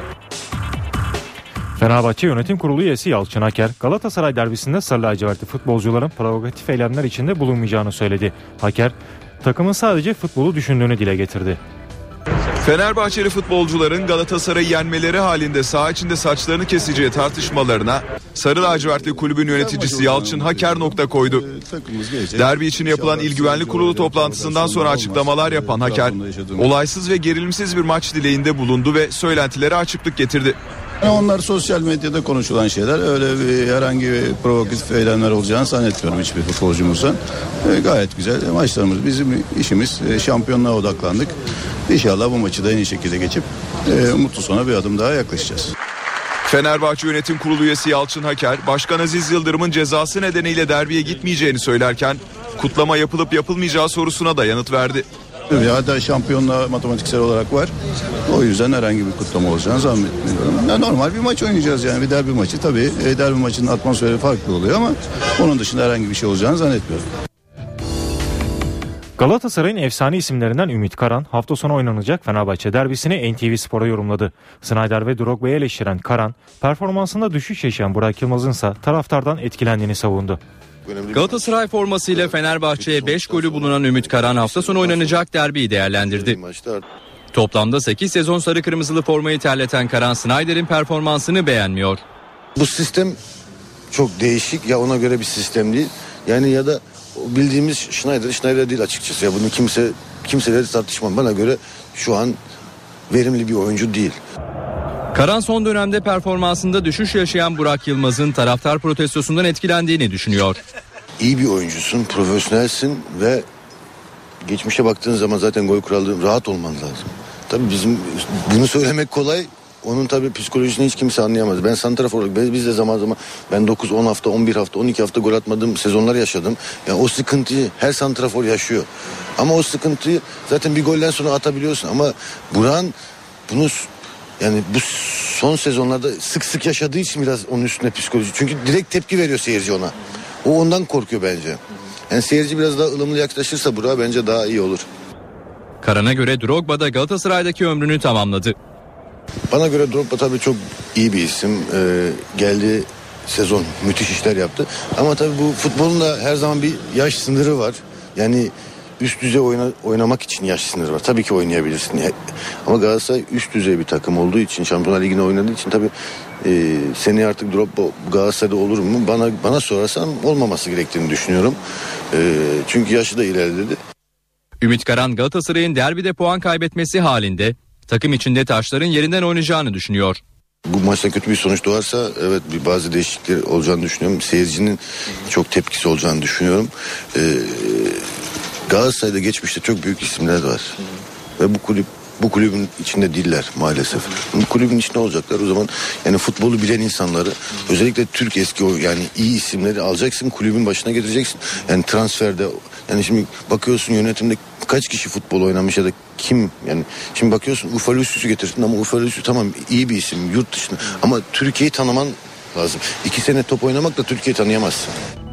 Fenerbahçe Yönetim Kurulu üyesi Yalçın Aker, Galatasaray derbisinde sarı lacivertli futbolcuların provokatif eylemler içinde bulunmayacağını söyledi. Aker, takımın sadece futbolu düşündüğünü dile getirdi. Fenerbahçeli futbolcuların Galatasaray'ı yenmeleri halinde saha içinde saçlarını keseceği tartışmalarına Sarı lacivertli kulübün yöneticisi Yalçın Haker nokta koydu. Derbi için yapılan İl Güvenlik Kurulu toplantısından sonra açıklamalar yapan Haker, olaysız ve gerilimsiz bir maç dileğinde bulundu ve söylentilere açıklık getirdi. Onlar sosyal medyada konuşulan şeyler, öyle bir herhangi bir provokatif eylemler olacağını zannetmiyorum hiçbir futbolcumuzdan. E, gayet güzel maçlarımız, bizim işimiz e, şampiyonluğa odaklandık. İnşallah bu maçı da en iyi şekilde geçip e, mutlu sona bir adım daha yaklaşacağız. Fenerbahçe Yönetim Kurulu üyesi Yalçın Haker, Başkan Aziz Yıldırım'ın cezası nedeniyle derbiye gitmeyeceğini söylerken kutlama yapılıp yapılmayacağı sorusuna da yanıt verdi. Hatta şampiyonluğa matematiksel olarak var. O yüzden herhangi bir kutlama olacağını zannetmiyorum. Yani normal bir maç oynayacağız, yani bir derbi maçı. Tabii e, derbi maçının atmosferi farklı oluyor ama onun dışında herhangi bir şey olacağını zannetmiyorum. Galatasaray'ın efsane isimlerinden Ümit Karan hafta sonu oynanacak Fenerbahçe derbisini N T V Spor'a yorumladı. Snyder ve Drogba'yı eleştiren Karan, performansında düşüş yaşayan Burak Yılmaz'ın ise taraftardan etkilendiğini savundu. Galatasaray formasıyla Fenerbahçe'ye beş golü bulunan Ümit Karan hafta sonu oynanacak derbiyi değerlendirdi. Toplamda sekiz sezon sarı kırmızılı formayı terleten Karan, Snyder'in performansını beğenmiyor. Bu sistem çok değişik, ya ona göre bir sistem değil. Yani ya da bildiğimiz Schneider, Schneider değil açıkçası. Ya bunu kimse kimseleri tartışmam. Bana göre şu an verimli bir oyuncu değil. Karan son dönemde performansında düşüş yaşayan Burak Yılmaz'ın taraftar protestosundan etkilendiğini düşünüyor. İyi bir oyuncusun, profesyonelsin ve geçmişe baktığın zaman zaten gol kralı rahat olman lazım. Tabii bizim bunu söylemek kolay. Onun tabii psikolojisini hiç kimse anlayamaz. Ben santrafor olarak biz de zaman zaman ben dokuz on hafta, on bir hafta, on iki hafta gol atmadığım sezonlar yaşadım. Yani o sıkıntıyı her santrafor yaşıyor. Ama o sıkıntıyı zaten bir golden sonra atabiliyorsun. Ama Burak'ın bunu yani bu son sezonlarda sık sık yaşadığı için biraz onun üstüne psikoloji. Çünkü direkt tepki veriyor seyirci ona. O ondan korkuyor bence. Yani seyirci biraz daha ılımlı yaklaşırsa Burak'a bence daha iyi olur. Karan'a göre Drogba da Galatasaray'daki ömrünü tamamladı. Bana göre Drogba tabii çok iyi bir isim. Ee, geldiği sezon müthiş işler yaptı. Ama tabii bu futbolun da her zaman bir yaş sınırı var. Yani üst düzey oyna, oynamak için yaş sınırı var. Tabii ki oynayabilirsin. Ama Galatasaray üst düzey bir takım olduğu için, Şampiyonlar Ligi'ne oynadığı için tabii e, seneye artık Drogba Galatasaray'da olur mu? Bana bana sorarsan olmaması gerektiğini düşünüyorum. E, çünkü yaşı da ilerledi. Ümit Karan, Galatasaray'ın derbide puan kaybetmesi halinde takım içinde taşların yerinden oynayacağını düşünüyor. Bu maçta kötü bir sonuç doğarsa evet bir bazı değişiklikler olacağını düşünüyorum. Seyircinin çok tepkisi olacağını düşünüyorum. Ee, Galatasaray'da geçmişte çok büyük isimler var. Ve bu kulüp bu kulübün içinde değiller maalesef. Bu kulübün içinde olacaklar. O zaman yani futbolu bilen insanları, özellikle Türk eski o yani iyi isimleri alacaksın, kulübün başına getireceksin. Yani transferde, yani şimdi bakıyorsun yönetimde kaç kişi futbol oynamış ya da kim, yani şimdi bakıyorsun Ufalüsü'sü getirdin ama Ufalüsü tamam iyi bir isim yurt dışında ama Türkiye'yi tanıman lazım. İki sene top oynamakla Türkiye'yi tanıyamazsın.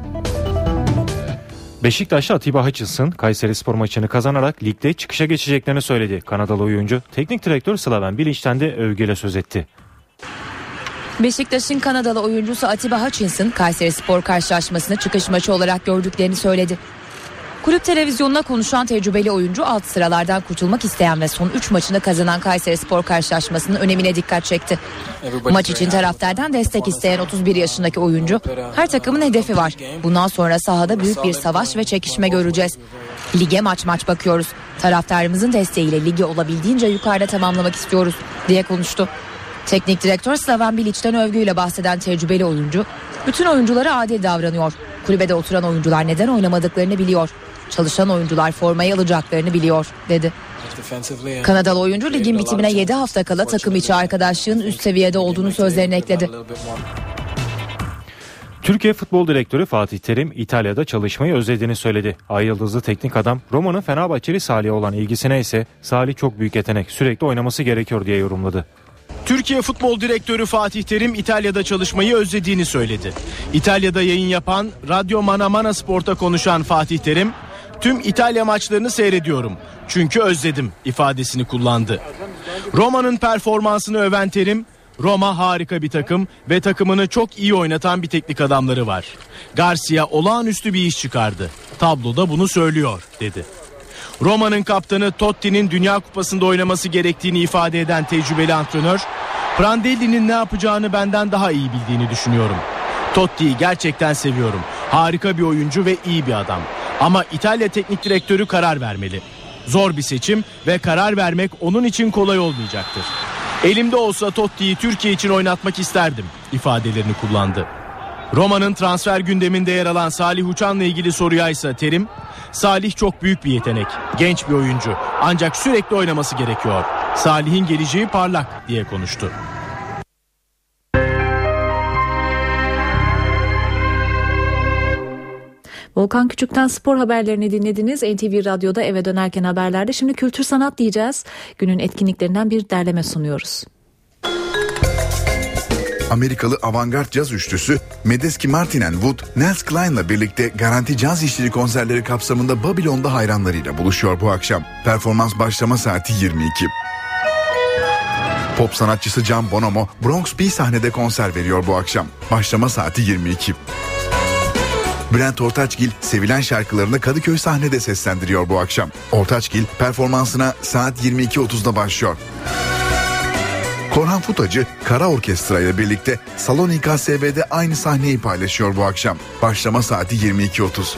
Beşiktaşlı Atiba Hutchinson Kayserispor maçını kazanarak ligde çıkışa geçeceklerini söyledi. Kanadalı oyuncu teknik direktör Slaven Bilic'ten de övgüyle söz etti. Beşiktaş'ın Kanadalı oyuncusu Atiba Hutchinson Kayserispor karşılaşmasını çıkış maçı olarak gördüklerini söyledi. Kulüp televizyonuna konuşan tecrübeli oyuncu alt sıralardan kurtulmak isteyen ve son üç maçını kazanan Kayserispor karşılaşmasının önemine dikkat çekti. Maç için taraftardan destek isteyen otuz bir yaşındaki oyuncu, her takımın hedefi var. Bundan sonra sahada büyük bir savaş ve çekişme göreceğiz. Lige maç maç bakıyoruz. Taraftarımızın desteğiyle ligi olabildiğince yukarıda tamamlamak istiyoruz diye konuştu. Teknik direktör Slaven Bilic'ten övgüyle bahseden tecrübeli oyuncu, bütün oyunculara adil davranıyor. Kulübede oturan oyuncular neden oynamadıklarını biliyor. Çalışan oyuncular formayı alacaklarını biliyor dedi. Kanadalı oyuncu ligin bitimine yedi hafta kala takım içi arkadaşlığın üst seviyede olduğunu sözlerine ekledi. Türkiye Futbol Direktörü Fatih Terim İtalya'da çalışmayı özlediğini söyledi. Ay yıldızlı teknik adam Roma'nın Fenerbahçeli Salih'e olan ilgisine ise Salih çok büyük yetenek, sürekli oynaması gerekiyor diye yorumladı. Türkiye Futbol Direktörü Fatih Terim İtalya'da çalışmayı özlediğini söyledi. İtalya'da yayın yapan Radyo Mana Mana Sport'a konuşan Fatih Terim, "Tüm İtalya maçlarını seyrediyorum çünkü özledim" ifadesini kullandı. Roma'nın performansını öven Terim, "Roma harika bir takım ve takımını çok iyi oynatan bir teknik adamları var. Garcia olağanüstü bir iş çıkardı. Tabloda bunu söylüyor" dedi. Roma'nın kaptanı Totti'nin Dünya Kupası'nda oynaması gerektiğini ifade eden tecrübeli antrenör, "Prandelli'nin ne yapacağını benden daha iyi bildiğini düşünüyorum. Totti'yi gerçekten seviyorum. Harika bir oyuncu ve iyi bir adam. Ama İtalya teknik direktörü karar vermeli. Zor bir seçim ve karar vermek onun için kolay olmayacaktır. Elimde olsa Totti'yi Türkiye için oynatmak isterdim" ifadelerini kullandı. Roma'nın transfer gündeminde yer alan Salih Uçan'la ilgili soruya ise Terim, "Salih çok büyük bir yetenek, genç bir oyuncu. Ancak sürekli oynaması gerekiyor. Salih'in geleceği parlak" diye konuştu. Volkan Küçük'ten spor haberlerini dinlediniz. N T V Radyo'da eve dönerken haberlerde. Şimdi kültür sanat diyeceğiz. Günün etkinliklerinden bir derleme sunuyoruz. Amerikalı avantgard caz üçlüsü Medeski Martin and Wood, Nels Klein'la birlikte Garanti Caz İşleri konserleri kapsamında Babilon'da hayranlarıyla buluşuyor bu akşam. Performans başlama saati yirmi iki. Pop sanatçısı John Bonomo, Bronx B sahnede konser veriyor bu akşam. Başlama saati yirmi iki. Bülent Ortaçgil sevilen şarkılarını Kadıköy sahnede seslendiriyor bu akşam. Ortaçgil performansına saat yirmi iki otuzda başlıyor. Korhan Futacı Kara Orkestra ile birlikte Salon İ K S B'de aynı sahneyi paylaşıyor bu akşam. Başlama saati yirmi iki otuz.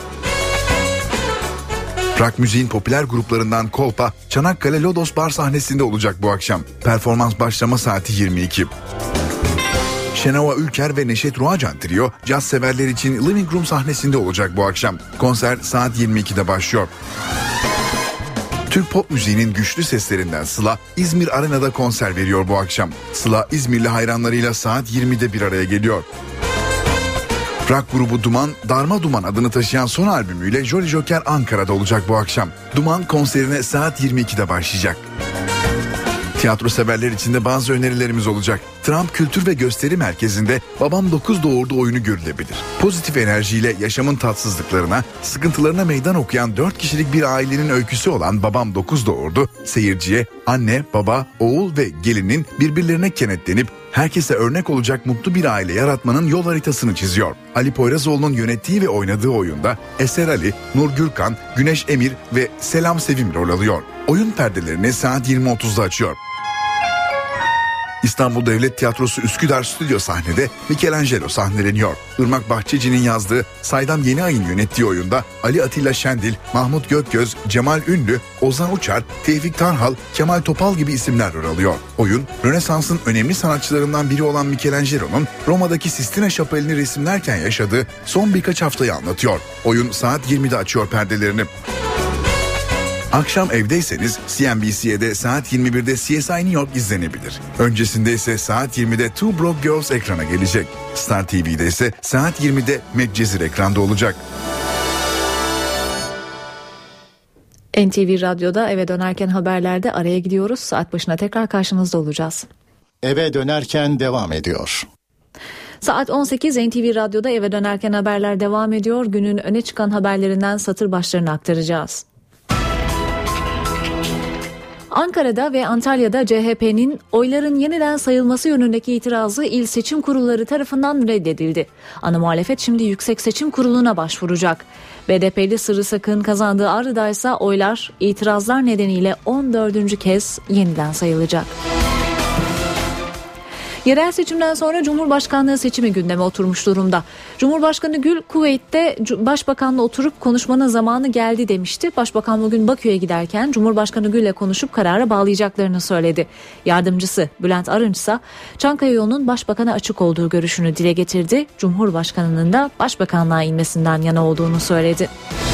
Rock müziğin popüler gruplarından Kolpa, Çanakkale Lodos Bar sahnesinde olacak bu akşam. Performans başlama saati yirmi iki. Şenova Ülker ve Neşet Ruacan Trio, caz severler için Living Room sahnesinde olacak bu akşam. Konser saat yirmi ikide başlıyor. Türk pop müziğinin güçlü seslerinden Sıla, İzmir Arena'da konser veriyor bu akşam. Sıla, İzmirli hayranlarıyla saat yirmide bir araya geliyor. Rock grubu Duman, Darma Duman adını taşıyan son albümüyle Jolly Joker Ankara'da olacak bu akşam. Duman konserine saat yirmi ikide başlayacak. Tiyatro severler için de bazı önerilerimiz olacak. Trump Kültür ve Gösteri Merkezi'nde Babam Dokuz Doğurdu oyunu görülebilir. Pozitif enerjiyle yaşamın tatsızlıklarına, sıkıntılarına meydan okuyan dört kişilik bir ailenin öyküsü olan Babam Dokuz Doğurdu, seyirciye anne, baba, oğul ve gelinin birbirlerine kenetlenip herkese örnek olacak mutlu bir aile yaratmanın yol haritasını çiziyor. Ali Poyrazoğlu'nun yönettiği ve oynadığı oyunda Eser Ali, Nur Gürkan, Güneş Emir ve Selam Sevim rol alıyor. Oyun perdelerini saat yirmi otuzda açıyor. İstanbul Devlet Tiyatrosu Üsküdar Stüdyo sahnede Michelangelo sahneleniyor. Irmak Bahçeci'nin yazdığı, Saydam Yeniay'ın yönettiği oyunda Ali Atilla Şendil, Mahmut Gökgöz, Cemal Ünlü, Ozan Uçar, Tevfik Tarhal, Kemal Topal gibi isimler rol alıyor. Oyun, Rönesans'ın önemli sanatçılarından biri olan Michelangelo'nun Roma'daki Sistine Şapeli'ni resimlerken yaşadığı son birkaç haftayı anlatıyor. Oyun saat yirmide açıyor perdelerini. Akşam evdeyseniz C N B C'de saat yirmi birde C S I New York izlenebilir. Öncesinde ise saat yirmide Two Broke Girls ekrana gelecek. Star T V'de ise saat yirmide Medcezir ekranda olacak. N T V Radyo'da eve dönerken haberlerde araya gidiyoruz. Saat başına tekrar karşınızda olacağız. Eve dönerken devam ediyor. Saat on sekiz N T V Radyo'da eve dönerken haberler devam ediyor. Günün öne çıkan haberlerinden satır başlarını aktaracağız. Ankara'da ve Antalya'da C H P'nin oyların yeniden sayılması yönündeki itirazı il seçim kurulları tarafından reddedildi. Ana muhalefet şimdi Yüksek Seçim Kurulu'na başvuracak. B D P'li Sırrı Sakık'ın kazandığı Ağrı'da ise oylar itirazlar nedeniyle on dördüncü kez yeniden sayılacak. Yerel seçimden sonra Cumhurbaşkanlığı seçimi gündeme oturmuş durumda. Cumhurbaşkanı Gül Kuveyt'te Başbakan'la oturup konuşmanın zamanı geldi demişti. Başbakan bugün Bakü'ye giderken Cumhurbaşkanı Gül'le konuşup karara bağlayacaklarını söyledi. Yardımcısı Bülent Arınç ise Çankaya yolunun Başbakan'a açık olduğu görüşünü dile getirdi. Cumhurbaşkanının da Başbakanlığa inmesinden yana olduğunu söyledi.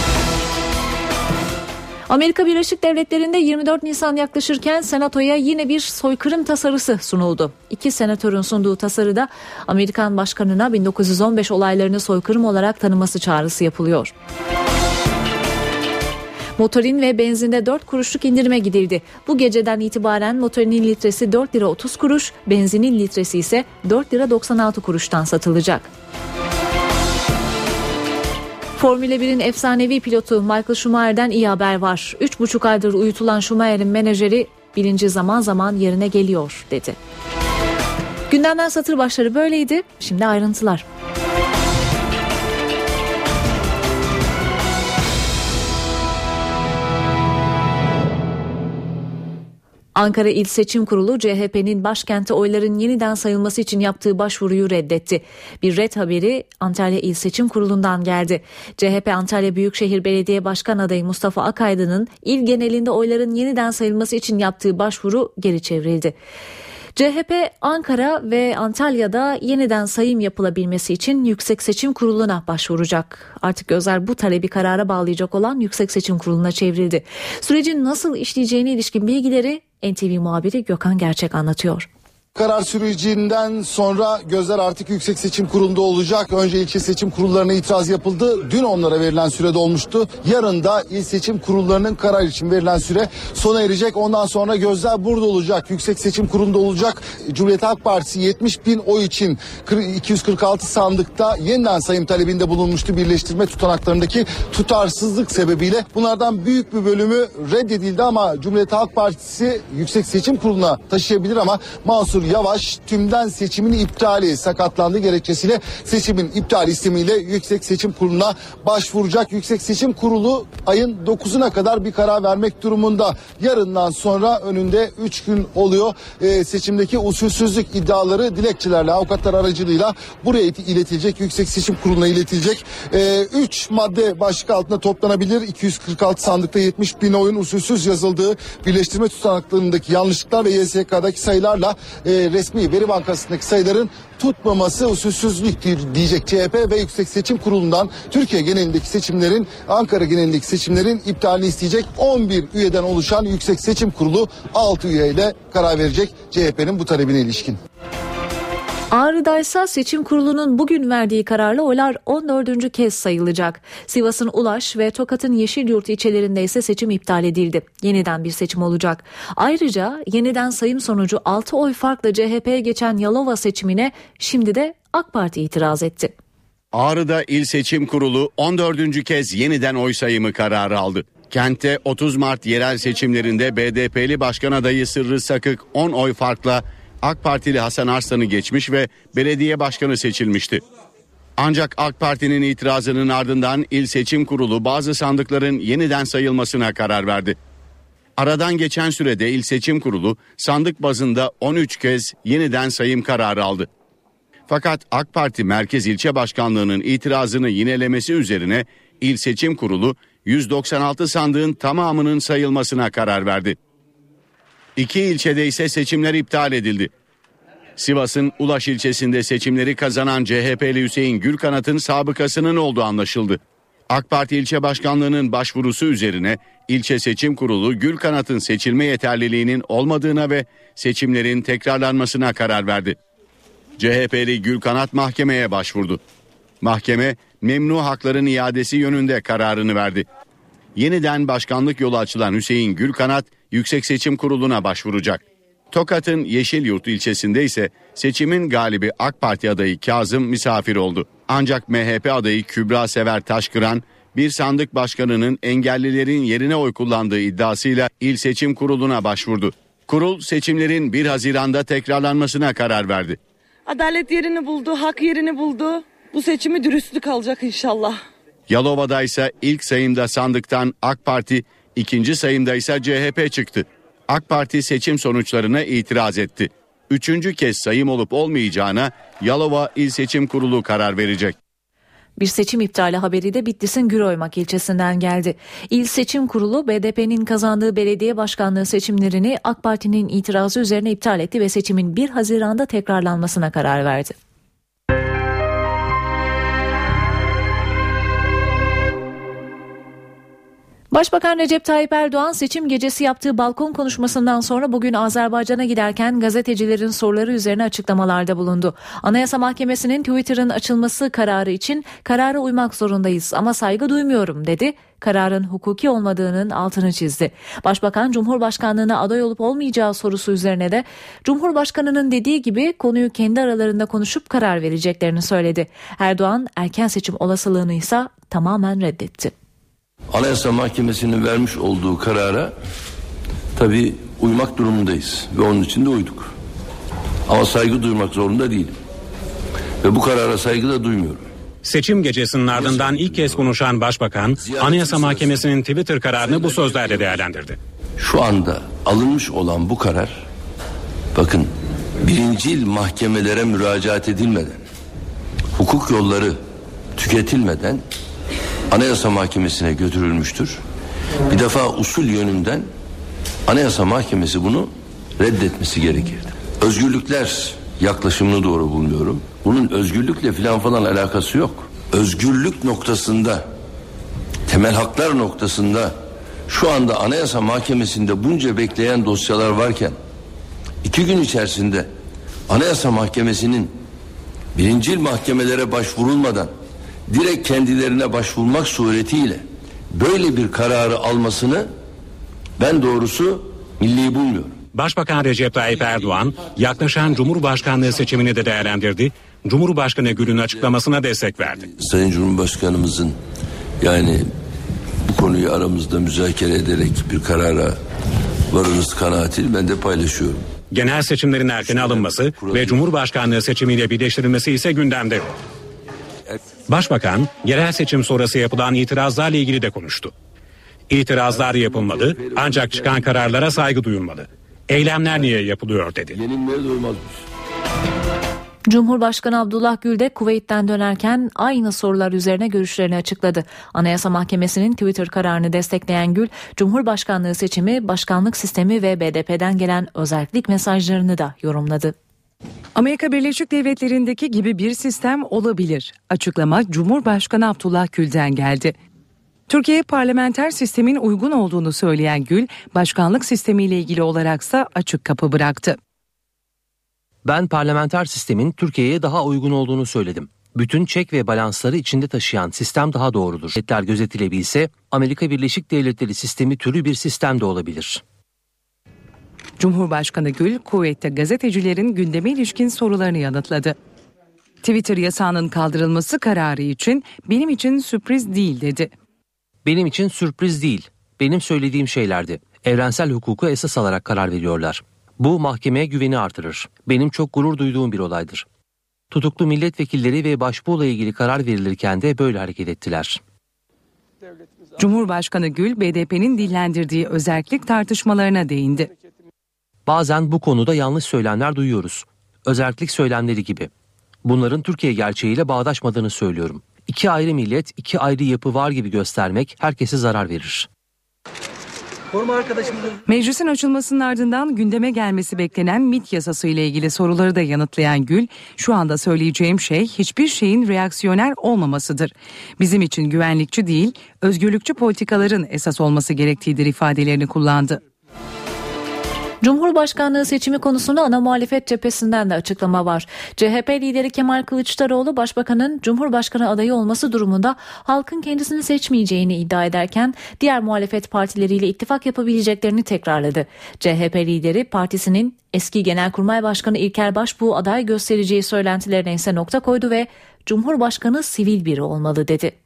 Amerika Birleşik Devletleri'nde yirmi dört Nisan yaklaşırken Senato'ya yine bir soykırım tasarısı sunuldu. İki senatörün sunduğu tasarıda Amerikan başkanına bin dokuz yüz on beş olaylarını soykırım olarak tanıması çağrısı yapılıyor. Motorin ve benzinde dört kuruşluk indirime gidildi. Bu geceden itibaren motorinin litresi dört lira otuz kuruş, benzinin litresi ise dört lira doksan altı kuruştan satılacak. Formula birin efsanevi pilotu Michael Schumacher'den iyi haber var. Üç buçuk aydır uyutulan Schumacher'in menajeri bilinci zaman zaman yerine geliyor dedi. Gündemden satır başları böyleydi. Şimdi ayrıntılar. Ankara İl Seçim Kurulu C H P'nin başkentte oyların yeniden sayılması için yaptığı başvuruyu reddetti. Bir red haberi Antalya İl Seçim Kurulu'ndan geldi. C H P Antalya Büyükşehir Belediye Başkan adayı Mustafa Akaydın'ın il genelinde oyların yeniden sayılması için yaptığı başvuru geri çevrildi. C H P Ankara ve Antalya'da yeniden sayım yapılabilmesi için Yüksek Seçim Kurulu'na başvuracak. Artık gözler bu talebi karara bağlayacak olan Yüksek Seçim Kurulu'na çevrildi. Sürecin nasıl işleyeceğine ilişkin bilgileri N T V muhabiri Gökhan Gerçek anlatıyor. Karar sürecinden sonra gözler artık Yüksek Seçim Kurulu'nda olacak. Önce ilçe seçim kurullarına itiraz yapıldı. Dün onlara verilen süre dolmuştu. Yarın da il seçim kurullarının karar için verilen süre sona erecek. Ondan sonra gözler burada olacak. Yüksek Seçim Kurulu'nda olacak. Cumhuriyet Halk Partisi yetmiş bin oy için iki yüz kırk altı sandıkta yeniden sayım talebinde bulunmuştu. Birleştirme tutanaklarındaki tutarsızlık sebebiyle bunlardan büyük bir bölümü reddedildi ama Cumhuriyet Halk Partisi Yüksek Seçim Kurulu'na taşıyabilir ama Mansur Yavaş tümden seçimin iptali sakatlandığı gerekçesiyle seçimin iptali istemiyle Yüksek Seçim Kurulu'na başvuracak. Yüksek Seçim Kurulu ayın dokuzuna kadar bir karar vermek durumunda. Yarından sonra önünde üç gün oluyor. Ee, seçimdeki usulsüzlük iddiaları dilekçelerle, avukatlar aracılığıyla buraya iletilecek. Yüksek Seçim Kurulu'na iletilecek. üç ee, madde başlık altında toplanabilir. iki yüz kırk altı sandıkta yetmiş bin oyun usulsüz yazıldığı, birleştirme tutanaklarındaki yanlışlıklar ve Y S K'daki sayılarla e, resmi veri bankasındaki sayıların tutmaması usulsüzlüktür diyecek C H P ve Yüksek Seçim Kurulu'ndan Türkiye genelindeki seçimlerin, Ankara genelindeki seçimlerin iptalini isteyecek. on bir üyeden oluşan Yüksek Seçim Kurulu altı üyeyle karar verecek C H P'nin bu talebine ilişkin. Ağrı'da ise seçim kurulunun bugün verdiği kararla oylar on dördüncü kez sayılacak. Sivas'ın Ulaş ve Tokat'ın Yeşilyurt ilçelerinde ise seçim iptal edildi. Yeniden bir seçim olacak. Ayrıca yeniden sayım sonucu altı oy farkla C H P'ye geçen Yalova seçimine şimdi de AK Parti itiraz etti. Ağrı'da İl Seçim Kurulu on dördüncü kez yeniden oy sayımı kararı aldı. Kentte otuz Mart yerel seçimlerinde B D P'li başkan adayı Sırrı Sakık on oy farkla AK Partili Hasan Arslan'ı geçmiş ve belediye başkanı seçilmişti. Ancak AK Parti'nin itirazının ardından İl Seçim Kurulu bazı sandıkların yeniden sayılmasına karar verdi. Aradan geçen sürede İl Seçim Kurulu sandık bazında on üç kez yeniden sayım kararı aldı. Fakat AK Parti Merkez İlçe Başkanlığı'nın itirazını yinelemesi üzerine İl Seçim Kurulu yüz doksan altı sandığın tamamının sayılmasına karar verdi. İki ilçede ise seçimler iptal edildi. Sivas'ın Ulaş ilçesinde seçimleri kazanan C H P'li Hüseyin Gülkanat'ın sabıkasının olduğu anlaşıldı. AK Parti ilçe başkanlığının başvurusu üzerine ilçe seçim kurulu Gülkanat'ın seçilme yeterliliğinin olmadığına ve seçimlerin tekrarlanmasına karar verdi. C H P'li Gülkanat mahkemeye başvurdu. Mahkeme memnu hakların iadesi yönünde kararını verdi. Yeniden başkanlık yolu açılan Hüseyin Gülkanat Yüksek Seçim Kurulu'na başvuracak. Tokat'ın Yeşilyurt ilçesinde ise seçimin galibi AK Parti adayı Kazım misafir oldu. Ancak M H P adayı Kübra Sever Taşkıran bir sandık başkanının engellilerin yerine oy kullandığı iddiasıyla İl Seçim Kurulu'na başvurdu. Kurul seçimlerin bir Haziran'da tekrarlanmasına karar verdi. Adalet yerini buldu, hak yerini buldu. Bu seçimi dürüstlük alacak inşallah. Yalova'da ise ilk sayımda sandıktan AK Parti, ikinci sayımda ise C H P çıktı. AK Parti seçim sonuçlarına itiraz etti. Üçüncü kez sayım olup olmayacağına Yalova İl Seçim Kurulu karar verecek. Bir seçim iptali haberi de Bitlis'in Güroymak ilçesinden geldi. İl Seçim Kurulu B D P'nin kazandığı belediye başkanlığı seçimlerini AK Parti'nin itirazı üzerine iptal etti ve seçimin bir Haziran'da tekrarlanmasına karar verdi. Başbakan Recep Tayyip Erdoğan seçim gecesi yaptığı balkon konuşmasından sonra bugün Azerbaycan'a giderken gazetecilerin soruları üzerine açıklamalarda bulundu. Anayasa Mahkemesi'nin Twitter'ın açılması kararı için karara uymak zorundayız ama saygı duymuyorum dedi. Kararın hukuki olmadığının altını çizdi. Başbakan Cumhurbaşkanlığına aday olup olmayacağı sorusu üzerine de Cumhurbaşkanının dediği gibi konuyu kendi aralarında konuşup karar vereceklerini söyledi. Erdoğan erken seçim olasılığını ise tamamen reddetti. Anayasa Mahkemesi'nin vermiş olduğu karara tabii uymak durumundayız ve onun için de uyduk. Ama saygı duymak zorunda değilim. Ve bu karara saygı da duymuyorum. Seçim gecesinin ardından ilk kez konuşan Başbakan, Anayasa Mahkemesi'nin Twitter kararını bu sözlerle değerlendirdi. Şu anda alınmış olan bu karar, bakın birincil mahkemelere müracaat edilmeden, hukuk yolları tüketilmeden Anayasa Mahkemesi'ne götürülmüştür. Bir defa usul yönünden Anayasa Mahkemesi bunu reddetmesi gerekirdi. Özgürlükler yaklaşımını doğru bulmuyorum. Bunun özgürlükle filan falan alakası yok. Özgürlük noktasında, temel haklar noktasında şu anda Anayasa Mahkemesi'nde bunca bekleyen dosyalar varken iki gün içerisinde Anayasa Mahkemesi'nin birincil mahkemelere başvurulmadan direkt kendilerine başvurmak suretiyle böyle bir kararı almasını ben doğrusu milli bulmuyorum. Başbakan Recep Tayyip Erdoğan yaklaşan Cumhurbaşkanlığı seçimini de değerlendirdi. Cumhurbaşkanı Gül'ün açıklamasına destek verdi. Sayın Cumhurbaşkanımızın yani bu konuyu aramızda müzakere ederek bir karara varırız kanaatini ben de paylaşıyorum. Genel seçimlerin erkene alınması ve Cumhurbaşkanlığı seçimiyle birleştirilmesi ise gündemde yok. Başbakan, yerel seçim sonrası yapılan itirazlarla ilgili de konuştu. İtirazlar yapılmalı ancak çıkan kararlara saygı duyulmalı. Eylemler niye yapılıyor dedi. Cumhurbaşkanı Abdullah Gül de Kuveyt'ten dönerken aynı sorular üzerine görüşlerini açıkladı. Anayasa Mahkemesi'nin Twitter kararını destekleyen Gül, Cumhurbaşkanlığı seçimi, başkanlık sistemi ve B D P'den gelen özellik mesajlarını da yorumladı. Amerika Birleşik Devletleri'ndeki gibi bir sistem olabilir. Açıklama Cumhurbaşkanı Abdullah Gül'den geldi. Türkiye parlamenter sistemin uygun olduğunu söyleyen Gül, başkanlık sistemiyle ilgili olaraksa açık kapı bıraktı. Ben parlamenter sistemin Türkiye'ye daha uygun olduğunu söyledim. Bütün çek ve balansları içinde taşıyan sistem daha doğrudur. Devletler gözetilebilse Amerika Birleşik Devletleri sistemi türü bir sistem de olabilir. Cumhurbaşkanı Gül, Kuveyt'te gazetecilerin gündeme ilişkin sorularını yanıtladı. Twitter yasağının kaldırılması kararı için benim için sürpriz değil dedi. Benim için sürpriz değil. Benim söylediğim şeylerdi. Evrensel hukuku esas alarak karar veriyorlar. Bu mahkemeye güveni artırır. Benim çok gurur duyduğum bir olaydır. Tutuklu milletvekilleri ve başbuğla ilgili karar verilirken de böyle hareket ettiler. Cumhurbaşkanı Gül, B D P'nin dillendirdiği özerklik tartışmalarına değindi. Bazen bu konuda yanlış söylemler duyuyoruz. Özerklik söylemleri gibi. Bunların Türkiye gerçeğiyle bağdaşmadığını söylüyorum. İki ayrı millet, iki ayrı yapı var gibi göstermek herkese zarar verir. Meclisin açılmasının ardından gündeme gelmesi beklenen MİT yasası ile ilgili soruları da yanıtlayan Gül, şu anda söyleyeceğim şey hiçbir şeyin reaksiyoner olmamasıdır. Bizim için güvenlikçi değil, özgürlükçü politikaların esas olması gerektiğidir ifadelerini kullandı. Cumhurbaşkanlığı seçimi konusunda ana muhalefet cephesinden de açıklama var. C H P lideri Kemal Kılıçdaroğlu, Başbakanın Cumhurbaşkanı adayı olması durumunda halkın kendisini seçmeyeceğini iddia ederken diğer muhalefet partileriyle ittifak yapabileceklerini tekrarladı. C H P lideri partisinin eski Genelkurmay Başkanı İlker Başbuğ aday göstereceği söylentilerine ise nokta koydu ve Cumhurbaşkanı sivil biri olmalı dedi.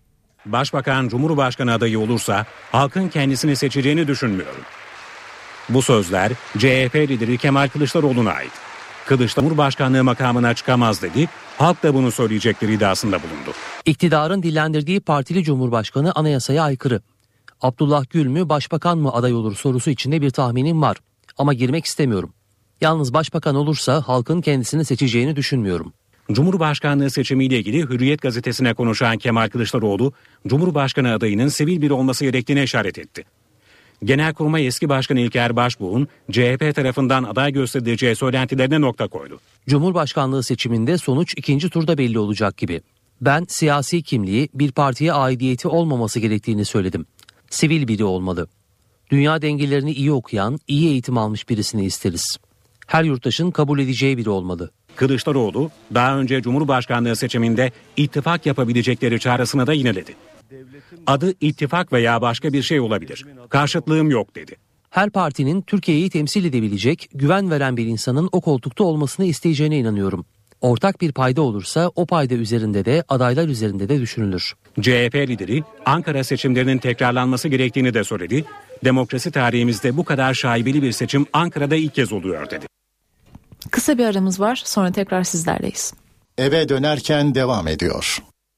Başbakan Cumhurbaşkanı adayı olursa halkın kendisini seçeceğini düşünmüyorum. Bu sözler C H P lideri Kemal Kılıçdaroğlu'na ait. Kılıçdaroğlu Cumhurbaşkanlığı makamına çıkamaz dedi. Halk da bunu söyleyecektir iddiasında bulundu. İktidarın dillendirdiği partili Cumhurbaşkanı anayasaya aykırı. Abdullah Gül mü başbakan mı aday olur sorusu içinde bir tahminim var. Ama girmek istemiyorum. Yalnız başbakan olursa halkın kendisini seçeceğini düşünmüyorum. Cumhurbaşkanlığı seçimiyle ilgili Hürriyet gazetesine konuşan Kemal Kılıçdaroğlu, Cumhurbaşkanı adayının sivil biri olması gerektiğine işaret etti. Genelkurmay eski Başkanı İlker Başbuğ'un C H P tarafından aday gösterileceği söylentilerine nokta koydu. Cumhurbaşkanlığı seçiminde sonuç ikinci turda belli olacak gibi. Ben siyasi kimliği, bir partiye aidiyeti olmaması gerektiğini söyledim. Sivil biri olmalı. Dünya dengelerini iyi okuyan, iyi eğitim almış birisini isteriz. Her yurttaşın kabul edeceği biri olmalı. Kılıçdaroğlu daha önce Cumhurbaşkanlığı seçiminde ittifak yapabilecekleri çağrısını da yineledi. Adı ittifak veya başka bir şey olabilir. Karşıtlığım yok dedi. Her partinin Türkiye'yi temsil edebilecek, güven veren bir insanın o koltukta olmasını isteyeceğine inanıyorum. Ortak bir payda olursa o payda üzerinde de adaylar üzerinde de düşünülür. C H P lideri Ankara seçimlerinin tekrarlanması gerektiğini de söyledi. Demokrasi tarihimizde bu kadar şaibeli bir seçim Ankara'da ilk kez oluyor dedi. Kısa bir aramız var, sonra tekrar sizlerleyiz. Eve dönerken devam ediyor.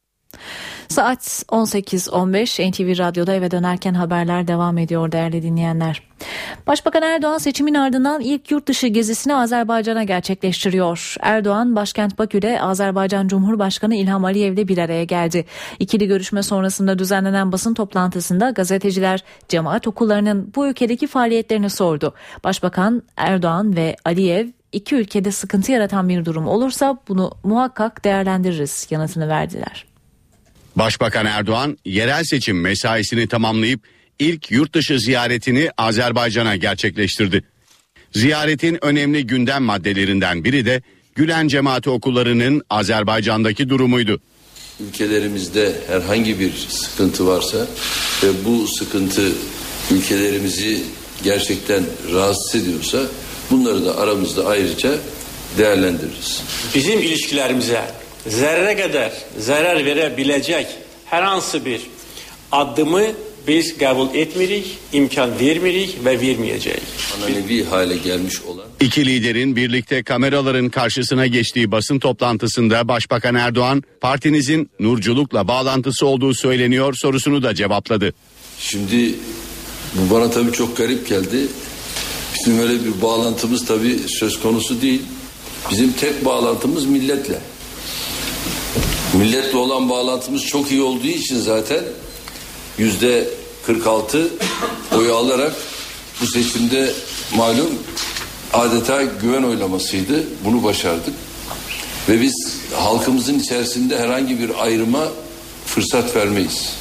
Saat on sekiz on beş N T V Radyo'da eve dönerken haberler devam ediyor değerli dinleyenler. Başbakan Erdoğan seçimin ardından ilk yurt dışı gezisini Azerbaycan'a gerçekleştiriyor. Erdoğan başkent Bakü'de Azerbaycan Cumhurbaşkanı İlham Aliyev'le bir araya geldi. İkili görüşme sonrasında düzenlenen basın toplantısında gazeteciler cemaat okullarının bu ülkedeki faaliyetlerini sordu. Başbakan Erdoğan ve Aliyev iki ülkede sıkıntı yaratan bir durum olursa bunu muhakkak değerlendiririz yanıtını verdiler. Başbakan Erdoğan yerel seçim mesaisini tamamlayıp ilk yurt dışı ziyaretini Azerbaycan'a gerçekleştirdi. Ziyaretin önemli gündem maddelerinden biri de Gülen cemaati okullarının Azerbaycan'daki durumuydu. Ülkelerimizde herhangi bir sıkıntı varsa ve bu sıkıntı ülkelerimizi gerçekten rahatsız ediyorsa bunları da aramızda ayrıca değerlendiririz. Bizim ilişkilerimize zerre kadar zarar verebilecek herhangi bir adımı biz kabul etmirik, imkan vermirik ve vermeyeceğiz. Manevi hale gelmiş olan. İki liderin birlikte kameraların karşısına geçtiği basın toplantısında Başbakan Erdoğan, partinizin nurculukla bağlantısı olduğu söyleniyor sorusunu da cevapladı. Şimdi bu bana tabii çok garip geldi. Bizim öyle bir bağlantımız tabii söz konusu değil. Bizim tek bağlantımız milletle. Milletle olan bağlantımız çok iyi olduğu için zaten yüzde kırk altı oyu alarak bu seçimde malum adeta güven oylamasıydı. Bunu başardık. Ve biz halkımızın içerisinde herhangi bir ayrıma fırsat vermeyiz.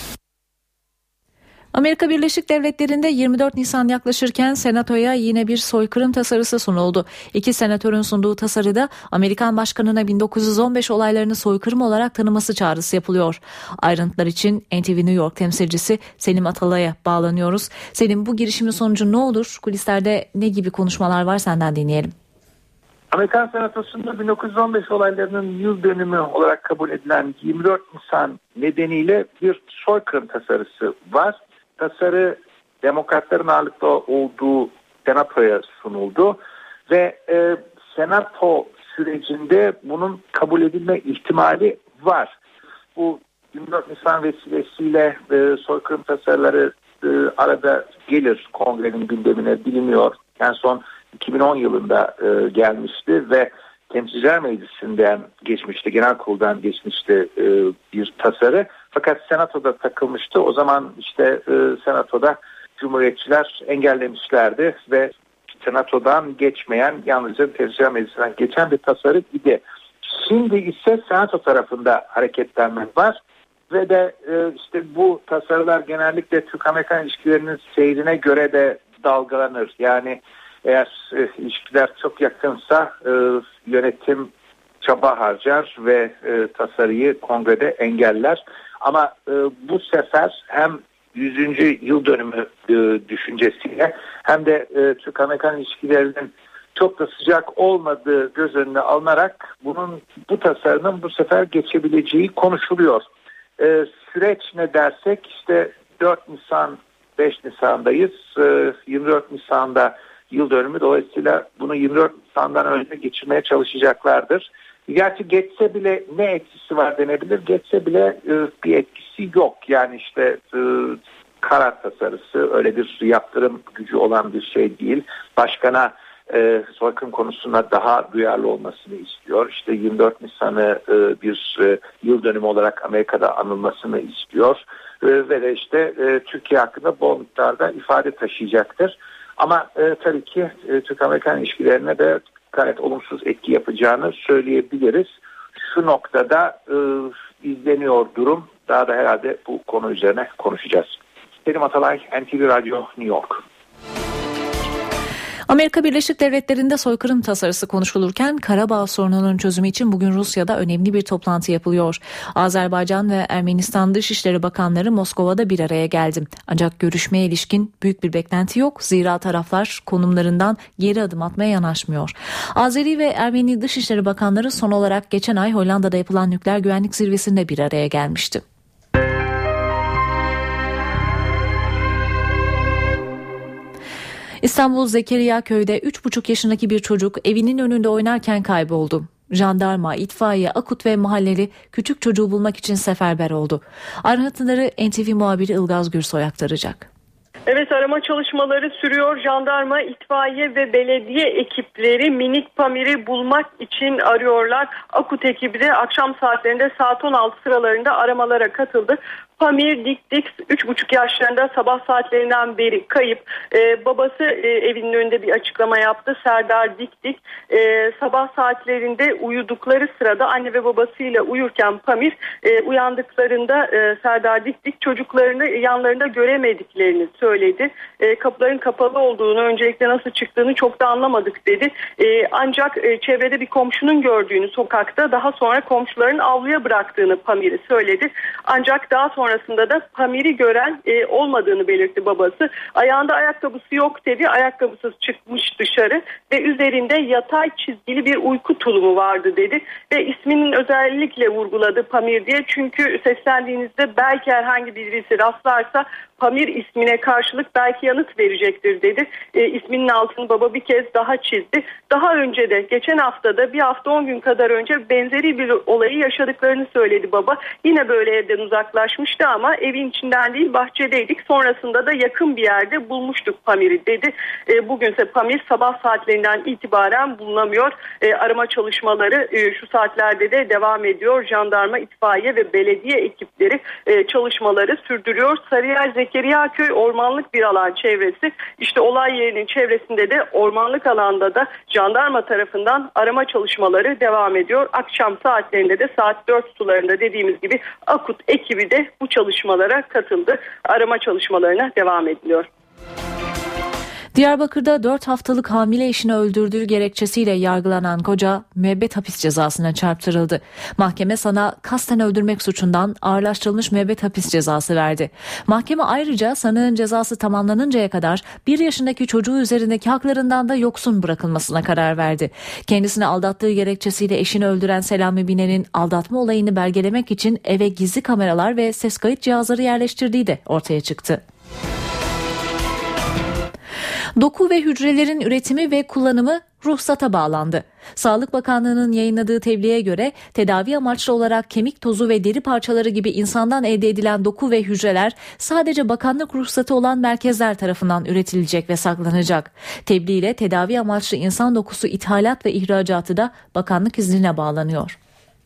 Amerika Birleşik Devletleri'nde yirmi dört Nisan yaklaşırken Senato'ya yine bir soykırım tasarısı sunuldu. İki senatörün sunduğu tasarıda Amerikan başkanına bin dokuz yüz on beş olaylarını soykırım olarak tanıması çağrısı yapılıyor. Ayrıntılar için N T V New York temsilcisi Selim Atalay'a bağlanıyoruz. Selim, bu girişimin sonucu ne olur? Kulislerde ne gibi konuşmalar var, senden dinleyelim. Amerikan Senatosu'nda bin dokuz yüz on beş olaylarının yıl dönümü olarak kabul edilen yirmi dört Nisan nedeniyle bir soykırım tasarısı var. Tasarı demokratların ağırlıklı olduğu Senato'ya sunuldu ve e, Senato sürecinde bunun kabul edilme ihtimali var. Bu yirmi dört Nisan vesilesiyle e, soykırım tasarıları e, arada gelir, kongrenin gündemine biliniyor. En son iki bin on yılında e, gelmişti ve Temsilciler Meclisi'nden geçmişti, genel kuruldan geçmişti e, bir tasarı. Fakat Senato'da takılmıştı. O zaman işte e, Senato'da Cumhuriyetçiler engellemişlerdi ve Senato'dan geçmeyen, yalnızca Temsilciler Meclisi'nden geçen bir tasarı idi. Şimdi ise Senato tarafında hareketlenme var ve de e, işte bu tasarılar genellikle Türk-Amerikan ilişkilerinin seyrine göre de dalgalanır. Yani eğer e, ilişkiler çok yakınsa e, yönetim çaba harcar ve e, tasarıyı kongrede engeller. Ama e, bu sefer hem yüzüncü yıl dönümü e, düşüncesiyle hem de e, Türk-Amerikan ilişkilerinin çok da sıcak olmadığı göz önüne alınarak bunun bu tasarının bu sefer geçebileceği konuşuluyor. E, süreç ne dersek işte dört Nisan, beş Nisan'dayız. E, yirmi dört Nisan'da yıl dönümü, dolayısıyla bunu yirmi dört Nisan'dan önce geçirmeye çalışacaklardır. Gerçi geçse bile ne etkisi var denebilir. Geçse bile e, bir etkisi yok. Yani işte e, karar tasarısı öyle bir yaptırım gücü olan bir şey değil. Başkana e, soykırım konusunda daha duyarlı olmasını istiyor. İşte yirmi dört Nisan'ı e, bir e, yıl dönümü olarak Amerika'da anılmasını istiyor. E, ve de işte e, Türkiye hakkında bol miktarda ifade taşıyacaktır. Ama e, tabii ki e, Türk-Amerikan ilişkilerine de gayet olumsuz etki yapacağını söyleyebiliriz. Şu noktada e, izleniyor durum. Daha da herhalde bu konu üzerine konuşacağız. Selim Atalay, N T V Radyo, New York. Amerika Birleşik Devletleri'nde soykırım tasarısı konuşulurken Karabağ sorununun çözümü için bugün Rusya'da önemli bir toplantı yapılıyor. Azerbaycan ve Ermenistan Dışişleri Bakanları Moskova'da bir araya geldi. Ancak görüşmeye ilişkin büyük bir beklenti yok. Zira taraflar konumlarından geri adım atmaya yanaşmıyor. Azeri ve Ermeni Dışişleri Bakanları son olarak geçen ay Hollanda'da yapılan nükleer güvenlik zirvesinde bir araya gelmişti. İstanbul Zekeriyaköy'de üç buçuk yaşındaki bir çocuk evinin önünde oynarken kayboldu. Jandarma, itfaiye, AKUT ve mahalleli küçük çocuğu bulmak için seferber oldu. Ayrıntıları N T V muhabiri Ilgaz Gürsoy aktaracak. Evet, arama çalışmaları sürüyor. Jandarma, itfaiye ve belediye ekipleri minik Pamir'i bulmak için arıyorlar. AKUT ekibi de akşam saatlerinde saat on altı sıralarında aramalara katıldı. Pamir Dikdik üç buçuk yaşlarında, sabah saatlerinden beri kayıp. Ee, babası e, evinin önünde bir açıklama yaptı. Serdar Dikdik e, sabah saatlerinde uyudukları sırada anne ve babasıyla uyurken Pamir e, uyandıklarında e, Serdar Dikdik çocuklarını yanlarında göremediklerini söyledi. E, kapıların kapalı olduğunu, öncelikle nasıl çıktığını çok da anlamadık dedi. E, ancak e, çevrede bir komşunun gördüğünü sokakta, daha sonra komşuların avluya bıraktığını Pamir'i söyledi. Ancak daha sonra sonrasında da Pamir'i gören e, olmadığını belirtti babası. Ayağında ayakkabısı yok dedi. Ayakkabısız çıkmış dışarı ve üzerinde yatay çizgili bir uyku tulumu vardı dedi. Ve isminin özellikle vurguladı Pamir diye. Çünkü seslendiğinizde belki herhangi birisi rastlarsa Pamir ismine karşılık belki yanıt verecektir dedi. E, isminin altını baba bir kez daha çizdi. Daha önce de geçen haftada bir hafta on gün kadar önce benzeri bir olayı yaşadıklarını söyledi baba. Yine böyle evden uzaklaşmıştı ama evin içinden değil, bahçedeydik. Sonrasında da yakın bir yerde bulmuştuk Pamir'i dedi. E, bugünse Pamir sabah saatlerinden itibaren bulunamıyor. E, arama çalışmaları e, şu saatlerde de devam ediyor. Jandarma, itfaiye ve belediye ekipleri e, çalışmaları sürdürüyor. Sarıyer Zekeriyaköy ormanlık bir alan çevresi. İşte olay yerinin çevresinde de ormanlık alanda da jandarma tarafından arama çalışmaları devam ediyor. Akşam saatlerinde de saat dört sularında dediğimiz gibi AKUT ekibi de bu çalışmalara katıldı. Arama çalışmalarına devam ediliyor. Diyarbakır'da dört haftalık hamile eşini öldürdüğü gerekçesiyle yargılanan koca müebbet hapis cezasına çarptırıldı. Mahkeme sana kasten öldürmek suçundan ağırlaştırılmış müebbet hapis cezası verdi. Mahkeme ayrıca sanığın cezası tamamlanıncaya kadar bir yaşındaki çocuğu üzerindeki haklarından da yoksun bırakılmasına karar verdi. Kendisini aldattığı gerekçesiyle eşini öldüren Selami Bine'nin aldatma olayını belgelemek için eve gizli kameralar ve ses kayıt cihazları yerleştirdiği de ortaya çıktı. Doku ve hücrelerin üretimi ve kullanımı ruhsata bağlandı. Sağlık Bakanlığı'nın yayınladığı tebliğe göre tedavi amaçlı olarak kemik tozu ve deri parçaları gibi insandan elde edilen doku ve hücreler sadece bakanlık ruhsatı olan merkezler tarafından üretilecek ve saklanacak. Tebliğ ile tedavi amaçlı insan dokusu ithalat ve ihracatı da bakanlık iznine bağlanıyor.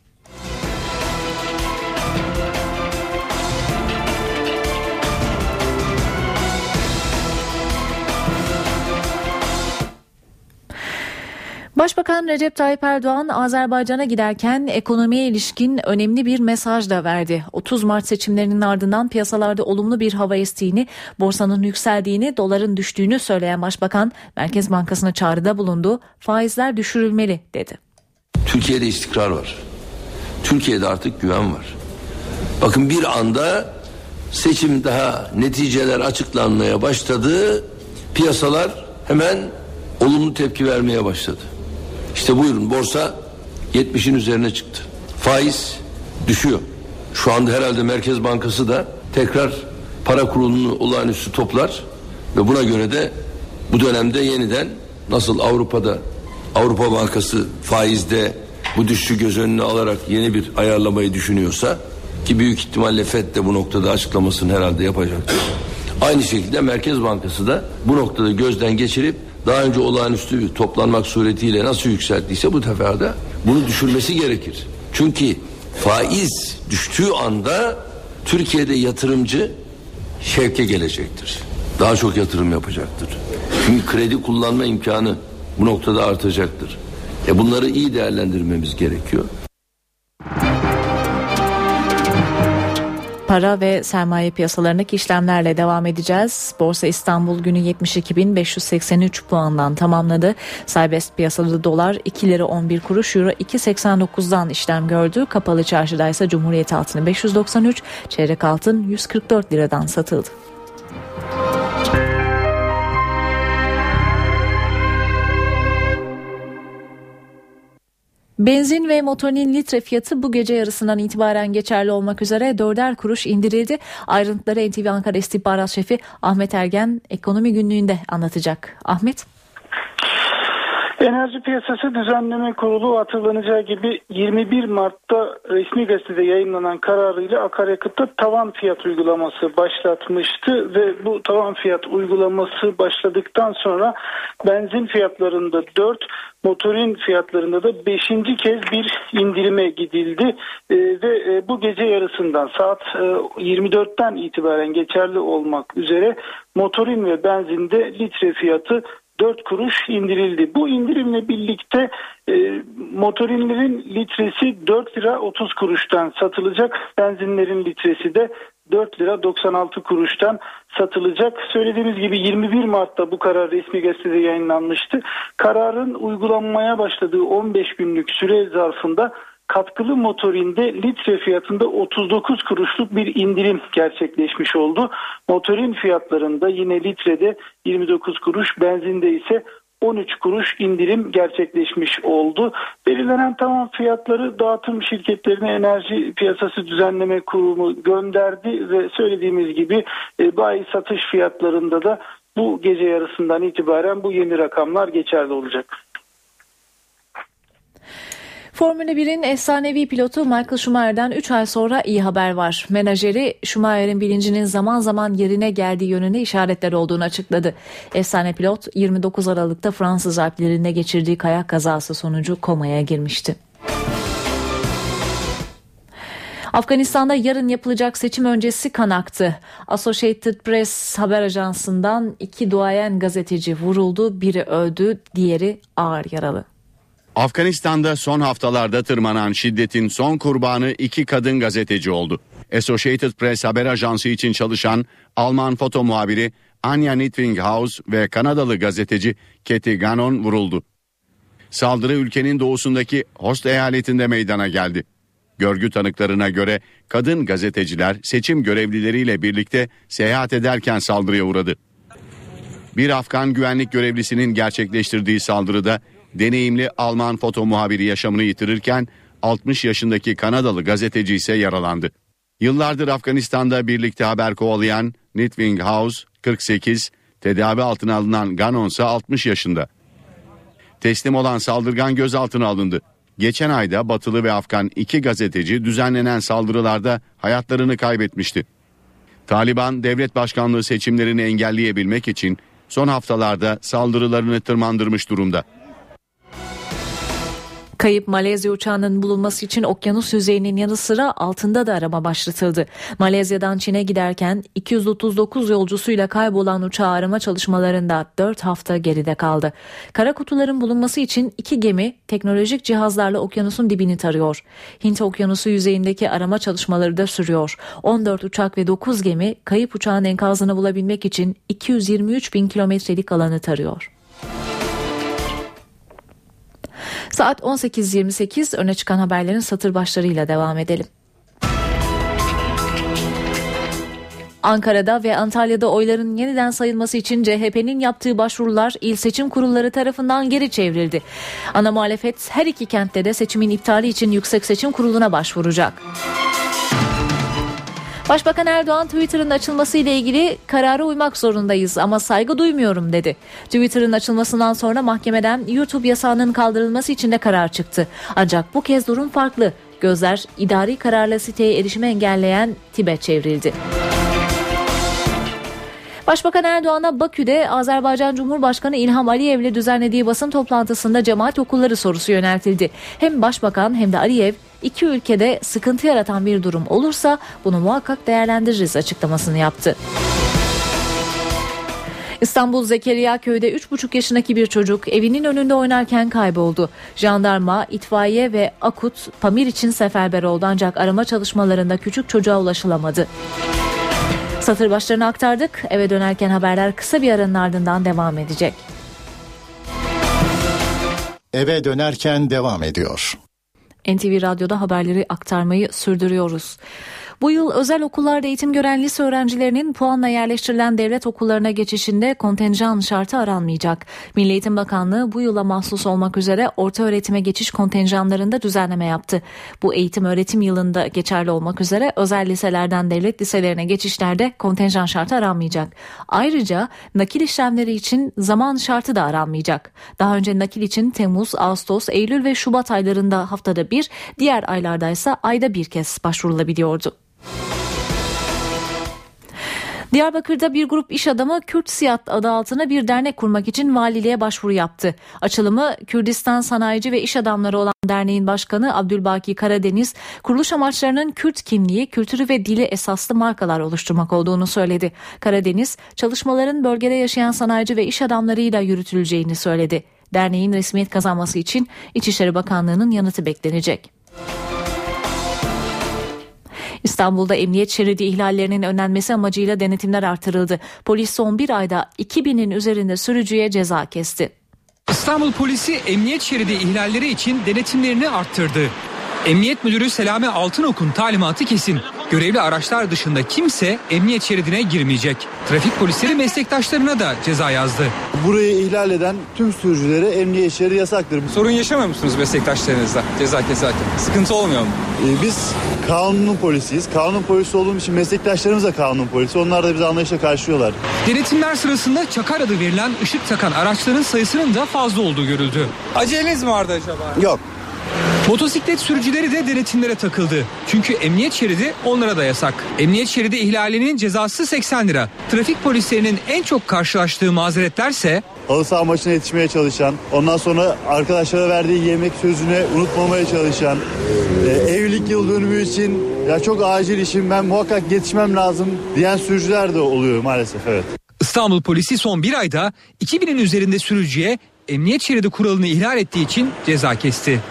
Başbakan Recep Tayyip Erdoğan Azerbaycan'a giderken ekonomiye ilişkin önemli bir mesaj da verdi. otuz Mart seçimlerinin ardından piyasalarda olumlu bir hava estiğini, borsanın yükseldiğini, doların düştüğünü söyleyen Başbakan Merkez Bankası'na çağrıda bulundu. Faizler düşürülmeli dedi. Türkiye'de istikrar var. Türkiye'de artık güven var. Bakın bir anda seçim daha neticeler açıklanmaya başladı. Piyasalar hemen olumlu tepki vermeye başladı. İşte buyurun, borsa yetmişin üzerine çıktı. Faiz düşüyor. Şu anda herhalde Merkez Bankası da tekrar para kurulunu olağanüstü toplar ve buna göre de bu dönemde yeniden nasıl Avrupa'da Avrupa Bankası faizde bu düşüşü göz önüne alarak yeni bir ayarlamayı düşünüyorsa, ki büyük ihtimalle F E D de bu noktada açıklamasını herhalde yapacaktır. Aynı şekilde Merkez Bankası da bu noktada gözden geçirip daha önce olağanüstü toplanmak suretiyle nasıl yükselttiyse bu sefer de bunu düşürmesi gerekir. Çünkü faiz düştüğü anda Türkiye'de yatırımcı şevke gelecektir. Daha çok yatırım yapacaktır. Çünkü kredi kullanma imkanı bu noktada artacaktır. E bunları iyi değerlendirmemiz gerekiyor. Para ve sermaye piyasalarındaki işlemlerle devam edeceğiz. Borsa İstanbul günü yetmiş iki bin beş yüz seksen üç puandan tamamladı. Serbest piyasada dolar iki lira on bir kuruş, euro iki virgül seksen dokuzdan işlem gördü. Kapalı çarşıda ise Cumhuriyet altını beş yüz doksan üç, çeyrek altın yüz kırk dört liradan satıldı. Benzin ve motorinin litre fiyatı bu gece yarısından itibaren geçerli olmak üzere dörder kuruş indirildi. Ayrıntıları N T V Ankara İstihbarat Şefi Ahmet Ergen Ekonomi Günlüğü'nde anlatacak. Ahmet. Enerji Piyasası Düzenleme Kurulu hatırlanacağı gibi yirmi bir Mart'ta resmi gazetede yayınlanan kararıyla akaryakıtta tavan fiyat uygulaması başlatmıştı ve bu tavan fiyat uygulaması başladıktan sonra benzin fiyatlarında dört, motorin fiyatlarında da beşinci kez bir indirime gidildi ee, ve e, bu gece yarısından saat e, yirmi dörtten itibaren geçerli olmak üzere motorin ve benzinde litre fiyatı dört kuruş indirildi. Bu indirimle birlikte e, motorinlerin litresi dört lira otuz kuruştan satılacak. Benzinlerin litresi de dört lira doksan altı kuruştan satılacak. Söylediğimiz gibi yirmi bir Mart'ta bu karar resmi gazetede yayınlanmıştı. Kararın uygulanmaya başladığı on beş günlük süre zarfında katkılı motorinde litre fiyatında otuz dokuz kuruşluk bir indirim gerçekleşmiş oldu. Motorin fiyatlarında yine litrede yirmi dokuz kuruş, benzinde ise on üç kuruş indirim gerçekleşmiş oldu. Belirlenen tavan fiyatları dağıtım şirketlerine Enerji Piyasası Düzenleme Kurulu gönderdi ve söylediğimiz gibi e, bayi satış fiyatlarında da bu gece yarısından itibaren bu yeni rakamlar geçerli olacak. Formula bir'in efsanevi pilotu Michael Schumacher'den üç ay sonra iyi haber var. Menajeri Schumacher'in bilincinin zaman zaman yerine geldiği yönünde işaretler olduğunu açıkladı. Efsane pilot yirmi dokuz Aralık'ta Fransız Alplerinde geçirdiği kayak kazası sonucu komaya girmişti. Afganistan'da yarın yapılacak seçim öncesi kan aktı. Associated Press haber ajansından iki duayen gazeteci vuruldu. Biri öldü, diğeri ağır yaralı. Afganistan'da son haftalarda tırmanan şiddetin son kurbanı iki kadın gazeteci oldu. Associated Press haber ajansı için çalışan Alman foto muhabiri Anja Nitvinghaus ve Kanadalı gazeteci Katie Gannon vuruldu. Saldırı ülkenin doğusundaki Host eyaletinde meydana geldi. Görgü tanıklarına göre kadın gazeteciler seçim görevlileriyle birlikte seyahat ederken saldırıya uğradı. Bir Afgan güvenlik görevlisinin gerçekleştirdiği saldırıda deneyimli Alman foto muhabiri yaşamını yitirirken altmış yaşındaki Kanadalı gazeteci ise yaralandı. Yıllardır Afganistan'da birlikte haber kovalayan Nitvinghaus kırk sekiz, tedavi altına alınan Gannon ise altmış yaşında. Teslim olan saldırgan gözaltına alındı. Geçen ayda Batılı ve Afgan iki gazeteci düzenlenen saldırılarda hayatlarını kaybetmişti. Taliban devlet başkanlığı seçimlerini engelleyebilmek için son haftalarda saldırılarını tırmandırmış durumda. Kayıp Malezya uçağının bulunması için okyanus yüzeyinin yanı sıra altında da arama başlatıldı. Malezya'dan Çin'e giderken iki yüz otuz dokuz yolcusuyla kaybolan uçağı arama çalışmalarında dört hafta geride kaldı. Kara kutuların bulunması için iki gemi teknolojik cihazlarla okyanusun dibini tarıyor. Hint Okyanusu yüzeyindeki arama çalışmaları da sürüyor. on dört uçak ve dokuz gemi kayıp uçağın enkazını bulabilmek için iki yüz yirmi üç bin kilometrelik alanı tarıyor. Saat on sekiz yirmi sekiz, öne çıkan haberlerin satır başlarıyla devam edelim. Ankara'da ve Antalya'da oyların yeniden sayılması için C H P'nin yaptığı başvurular il seçim kurulları tarafından geri çevrildi. Ana muhalefet her iki kentte de seçimin iptali için Yüksek Seçim Kurulu'na başvuracak. Başbakan Erdoğan Twitter'ın açılması ile ilgili karara uymak zorundayız ama saygı duymuyorum dedi. Twitter'ın açılmasından sonra mahkemeden YouTube yasağının kaldırılması için de karar çıktı. Ancak bu kez durum farklı. Gözler idari kararla siteye erişimi engelleyen TİB'e çevrildi. Başbakan Erdoğan'a Bakü'de Azerbaycan Cumhurbaşkanı İlham Aliyev'le düzenlediği basın toplantısında cemaat okulları sorusu yöneltildi. Hem Başbakan hem de Aliyev iki ülkede sıkıntı yaratan bir durum olursa bunu muhakkak değerlendiririz açıklamasını yaptı. İstanbul Zekeriyaköy'de üç buçuk yaşındaki bir çocuk evinin önünde oynarken kayboldu. Jandarma, itfaiye ve AKUT Pamir için seferber oldu ancak arama çalışmalarında küçük çocuğa ulaşılamadı. Satır başlarını aktardık. Eve dönerken haberler kısa bir aranın ardından devam edecek. Eve dönerken devam ediyor. N T V Radyo'da haberleri aktarmayı sürdürüyoruz. Bu yıl özel okullarda eğitim gören lise öğrencilerinin puanla yerleştirilen devlet okullarına geçişinde kontenjan şartı aranmayacak. Milli Eğitim Bakanlığı bu yıla mahsus olmak üzere orta öğretime geçiş kontenjanlarında düzenleme yaptı. Bu eğitim öğretim yılında geçerli olmak üzere özel liselerden devlet liselerine geçişlerde kontenjan şartı aranmayacak. Ayrıca nakil işlemleri için zaman şartı da aranmayacak. Daha önce nakil için Temmuz, Ağustos, Eylül ve Şubat aylarında haftada bir, diğer aylardaysa ayda bir kez başvurulabiliyordu. Diyarbakır'da bir grup iş adamı Kürt Siyat adı altına bir dernek kurmak için valiliğe başvuru yaptı. Açılımı Kürdistan Sanayici ve İş Adamları olan derneğin başkanı Abdülbaki Karadeniz, kuruluş amaçlarının Kürt kimliği, kültürü ve dili esaslı markalar oluşturmak olduğunu söyledi. Karadeniz, çalışmaların bölgede yaşayan sanayici ve iş adamlarıyla yürütüleceğini söyledi. Derneğin resmiyet kazanması için İçişleri Bakanlığı'nın yanıtı beklenecek. İstanbul'da emniyet şeridi ihlallerinin önlenmesi amacıyla denetimler artırıldı. Polis son bir ayda iki binin üzerinde sürücüye ceza kesti. İstanbul Polisi emniyet şeridi ihlalleri için denetimlerini arttırdı. Emniyet Müdürü Selami Altınok'un talimatı kesin. Görevli araçlar dışında kimse emniyet şeridine girmeyecek. Trafik polisleri meslektaşlarına da ceza yazdı. Burayı ihlal eden tüm sürücülere emniyet şeridi yasaktır. Sorun yaşamıyor musunuz meslektaşlarınızla ceza keserken? Sıkıntı olmuyor mu? Ee, biz kanunun polisiyiz. Kanun polisi olduğumuz için meslektaşlarımız da kanun polisi. Onlar da bizi anlayışla karşılıyorlar. Denetimler sırasında çakar adı verilen ışık takan araçların sayısının da fazla olduğu görüldü. Aceleniz mi vardı acaba? Yok. Motosiklet sürücüleri de denetimlere takıldı. Çünkü emniyet şeridi onlara da yasak. Emniyet şeridi ihlalinin cezası seksen lira. Trafik polislerinin en çok karşılaştığı mazeretlerse... Halı saha maçına yetişmeye çalışan, ondan sonra arkadaşlara verdiği yemek sözünü unutmamaya çalışan, e, evlilik yıl dönümü için ya çok acil işim, ben muhakkak yetişmem lazım diyen sürücüler de oluyor maalesef, evet. İstanbul Polisi son bir ayda iki binin üzerinde sürücüye emniyet şeridi kuralını ihlal ettiği için ceza kesti.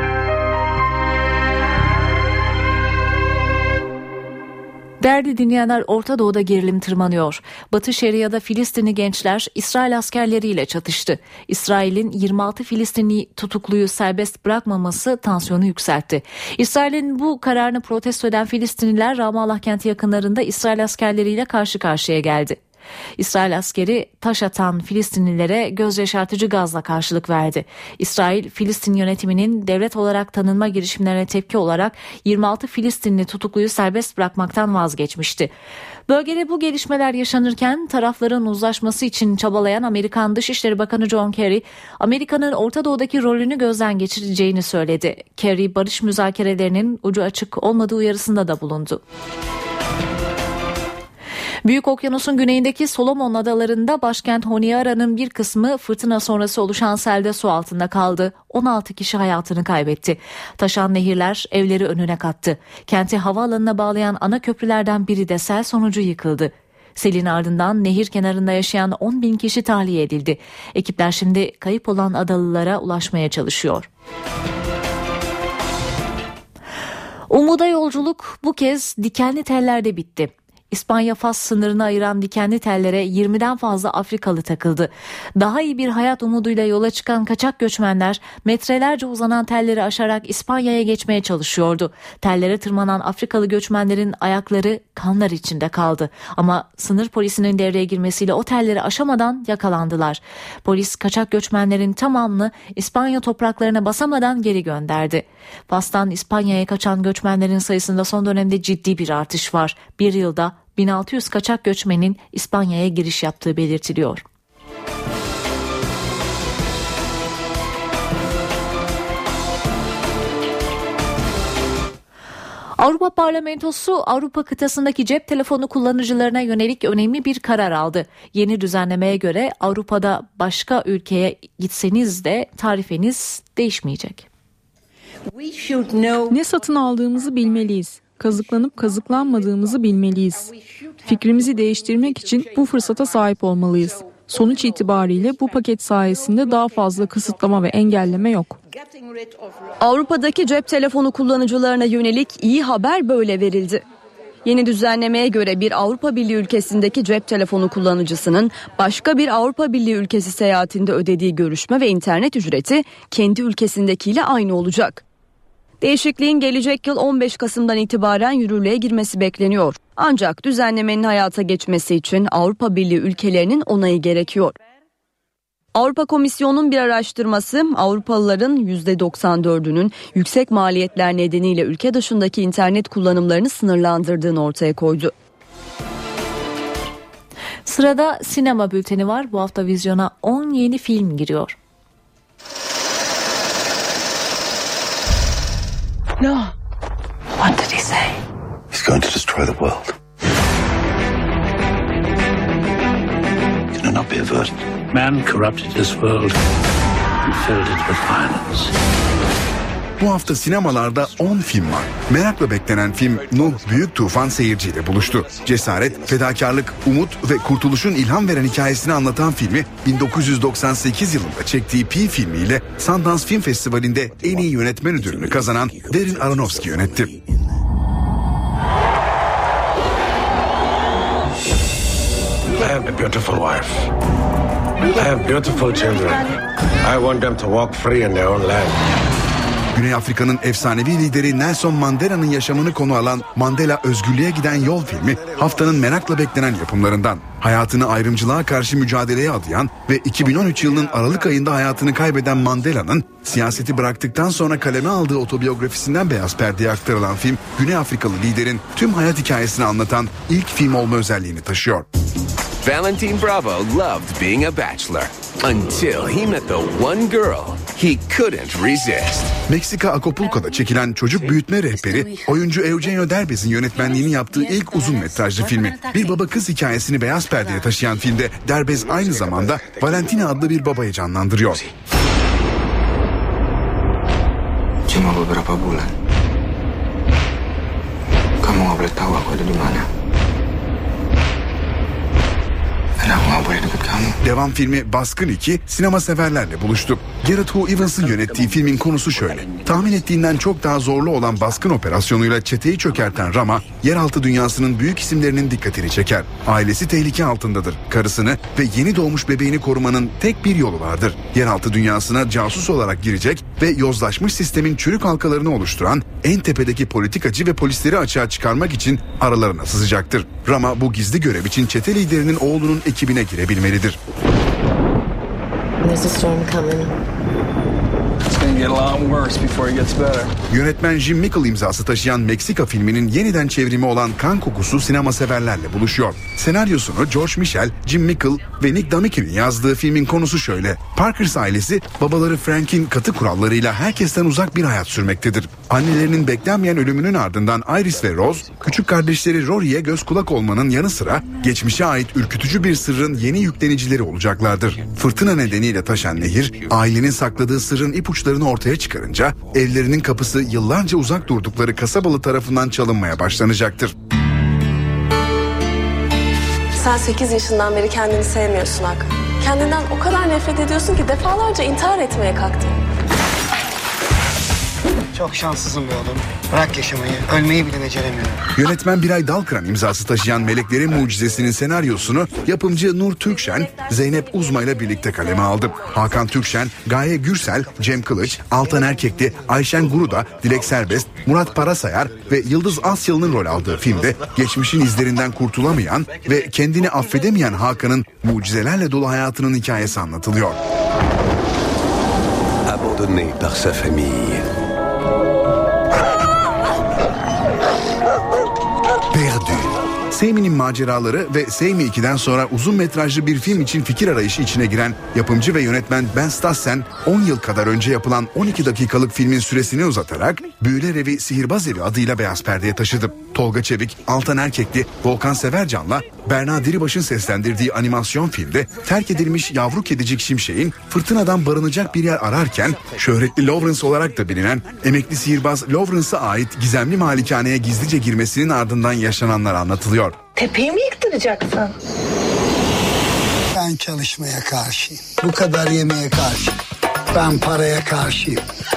Değerli dinleyenler, Orta Doğu'da gerilim tırmanıyor. Batı Şeria'da Filistinli gençler İsrail askerleriyle çatıştı. İsrail'in yirmi altı Filistinli tutukluyu serbest bırakmaması tansiyonu yükseltti. İsrail'in bu kararını protesto eden Filistinliler Ramallah kenti yakınlarında İsrail askerleriyle karşı karşıya geldi. İsrail askeri taş atan Filistinlilere göz yaşartıcı gazla karşılık verdi. İsrail, Filistin yönetiminin devlet olarak tanınma girişimlerine tepki olarak yirmi altı Filistinli tutukluyu serbest bırakmaktan vazgeçmişti. Bölgede bu gelişmeler yaşanırken tarafların uzlaşması için çabalayan Amerikan Dışişleri Bakanı John Kerry, Amerika'nın Orta Doğu'daki rolünü gözden geçireceğini söyledi. Kerry, barış müzakerelerinin ucu açık olmadığı uyarısında da bulundu. Büyük Okyanus'un güneyindeki Solomon Adaları'nda başkent Honiara'nın bir kısmı fırtına sonrası oluşan selde su altında kaldı. on altı kişi hayatını kaybetti. Taşan nehirler evleri önüne kattı. Kenti havaalanına bağlayan ana köprülerden biri de sel sonucu yıkıldı. Selin ardından nehir kenarında yaşayan on bin kişi tahliye edildi. Ekipler şimdi kayıp olan adalılara ulaşmaya çalışıyor. Umuda yolculuk bu kez dikenli tellerde bitti. İspanya-Fas sınırını ayıran dikenli tellere yirmiden fazla Afrikalı takıldı. Daha iyi bir hayat umuduyla yola çıkan kaçak göçmenler metrelerce uzanan telleri aşarak İspanya'ya geçmeye çalışıyordu. Tellere tırmanan Afrikalı göçmenlerin ayakları kanlar içinde kaldı. Ama sınır polisinin devreye girmesiyle o telleri aşamadan yakalandılar. Polis kaçak göçmenlerin tamamını İspanya topraklarına basamadan geri gönderdi. Fas'tan İspanya'ya kaçan göçmenlerin sayısında son dönemde ciddi bir artış var. Bir yılda bin altı yüz kaçak göçmenin İspanya'ya giriş yaptığı belirtiliyor. Avrupa Parlamentosu Avrupa kıtasındaki cep telefonu kullanıcılarına yönelik önemli bir karar aldı. Yeni düzenlemeye göre Avrupa'da başka ülkeye gitseniz de tarifeniz değişmeyecek. Ne satın aldığımızı bilmeliyiz. Kazıklanıp kazıklanmadığımızı bilmeliyiz. Fikrimizi değiştirmek için bu fırsata sahip olmalıyız. Sonuç itibariyle bu paket sayesinde daha fazla kısıtlama ve engelleme yok. Avrupa'daki cep telefonu kullanıcılarına yönelik iyi haber böyle verildi. Yeni düzenlemeye göre bir Avrupa Birliği ülkesindeki cep telefonu kullanıcısının başka bir Avrupa Birliği ülkesi seyahatinde ödediği görüşme ve internet ücreti kendi ülkesindekiyle aynı olacak. Değişikliğin gelecek yıl on beş Kasım'dan itibaren yürürlüğe girmesi bekleniyor. Ancak düzenlemenin hayata geçmesi için Avrupa Birliği ülkelerinin onayı gerekiyor. Avrupa Komisyonu'nun bir araştırması Avrupalıların yüzde doksan dördünün yüksek maliyetler nedeniyle ülke dışındaki internet kullanımlarını sınırlandırdığını ortaya koydu. Sırada sinema bülteni var. Bu hafta vizyona on yeni film giriyor. No. What did he say? He's going to destroy the world. Can it not be averted? Man corrupted this world and filled it with violence. Bu hafta sinemalarda on film var. Merakla beklenen film Nuh Büyük Tufan seyirciyle buluştu. Cesaret, fedakarlık, umut ve kurtuluşun ilham veren hikayesini anlatan filmi bin dokuz yüz doksan sekiz yılında çektiği Pi filmiyle Sundance Film Festivali'nde en iyi yönetmen ödülünü kazanan Darren Aronofsky yönetti. I have a beautiful wife. I have beautiful children. I want them to walk free in their own land. Güney Afrika'nın efsanevi lideri Nelson Mandela'nın yaşamını konu alan Mandela Özgürlüğe Giden Yol filmi haftanın merakla beklenen yapımlarından. Hayatını ayrımcılığa karşı mücadeleye adayan ve iki bin on üç yılının Aralık ayında hayatını kaybeden Mandela'nın siyaseti bıraktıktan sonra kaleme aldığı otobiyografisinden beyaz perdeye aktarılan film, Güney Afrikalı liderin tüm hayat hikayesini anlatan ilk film olma özelliğini taşıyor. Valentin Bravo loved being a bachelor until he met the one girl he couldn't resist. Meksika Acapulco'da çekilen çocuk büyütme rehberi, oyuncu Eugenio Derbez'in yönetmenliğini yaptığı ilk uzun metrajlı filmi. Bir baba kız hikayesini beyaz perdeye taşıyan filmde Derbez aynı zamanda Valentina adlı bir babayı canlandırıyor. Cuma beberapa bulan. Kamu nggak boleh tahu aku ada di mana. Devam filmi Baskın iki sinema severlerle buluştu. Gareth Hu Evans'ın yönettiği filmin konusu şöyle. Tahmin ettiğinden çok daha zorlu olan baskın operasyonuyla çeteyi çökerten Rama, yeraltı dünyasının büyük isimlerinin dikkatini çeker. Ailesi tehlike altındadır. Karısını ve yeni doğmuş bebeğini korumanın tek bir yolu vardır. Yeraltı dünyasına casus olarak girecek ve yozlaşmış sistemin çürük halkalarını oluşturan en tepedeki politikacı ve polisleri açığa çıkarmak için aralarına sızacaktır. Rama bu gizli görev için çete liderinin oğlunun ekibine girebilmelidir. There's a storm coming. It's gonna get a lot worse before it gets better. Yönetmen Jim Mickle imzası taşıyan Meksika filminin yeniden çevrimi olan Kan Kokusu sinema severlerle buluşuyor. Senaryosunu George Michel, Jim Mickle ve Nick Damiki'nin yazdığı filmin konusu şöyle. Parkers ailesi babaları Frank'in katı kurallarıyla herkesten uzak bir hayat sürmektedir. Annelerinin beklenmeyen ölümünün ardından Iris ve Rose, küçük kardeşleri Rory'e göz kulak olmanın yanı sıra geçmişe ait ürkütücü bir sırrın yeni yüklenicileri olacaklardır. Fırtına nedeniyle taşan nehir, ailenin sakladığı sırrın ipuçlarını ortaya çıkarınca evlerinin kapısı yıllarca uzak durdukları kasabalı tarafından çalınmaya başlanacaktır. Sen sekiz yaşından beri kendini sevmiyorsun Hakan. Kendinden o kadar nefret ediyorsun ki defalarca intihar etmeye kalktın. Çok şanssızım be oğlum. Bırak yaşamayı, ölmeyi bile beceremiyorum. Yönetmen Biray Dalkıran imzası taşıyan Meleklerin Mucizesi'nin senaryosunu yapımcı Nur Türkşen, Zeynep Uzma ile birlikte kaleme aldı. Hakan Türkşen, Gaye Gürsel, Cem Kılıç, Altan Erkekli, Ayşen Guruda, Dilek Serbest, Murat Parasayar ve Yıldız Asyalı'nın rol aldığı filmde geçmişin izlerinden kurtulamayan ve kendini affedemeyen Hakan'ın mucizelerle dolu hayatının hikayesi anlatılıyor. Abandonné par sa famille. Perdu. Seymi'nin maceraları ve Seymi iki'den sonra uzun metrajlı bir film için fikir arayışı içine giren yapımcı ve yönetmen Ben Stassen on yıl kadar önce yapılan on iki dakikalık filmin süresini uzatarak Büyüler Evi Sihirbaz Evi adıyla beyaz perdeye taşıdı. Tolga Çevik, Altan Erkekli, Volkan Severcan'la Berna Diribaş'ın seslendirdiği animasyon filmde terk edilmiş yavru kedicik Şimşek'in fırtınadan barınacak bir yer ararken şöhretli Lawrence olarak da bilinen emekli sihirbaz Lawrence'a ait gizemli malikaneye gizlice girmesinin ardından yaşananlar anlatılıyor. Tepeyi mi yıktıracaksın? Ben çalışmaya karşıyım. Bu kadar yemeğe karşıyım. Ben paraya karşıyım.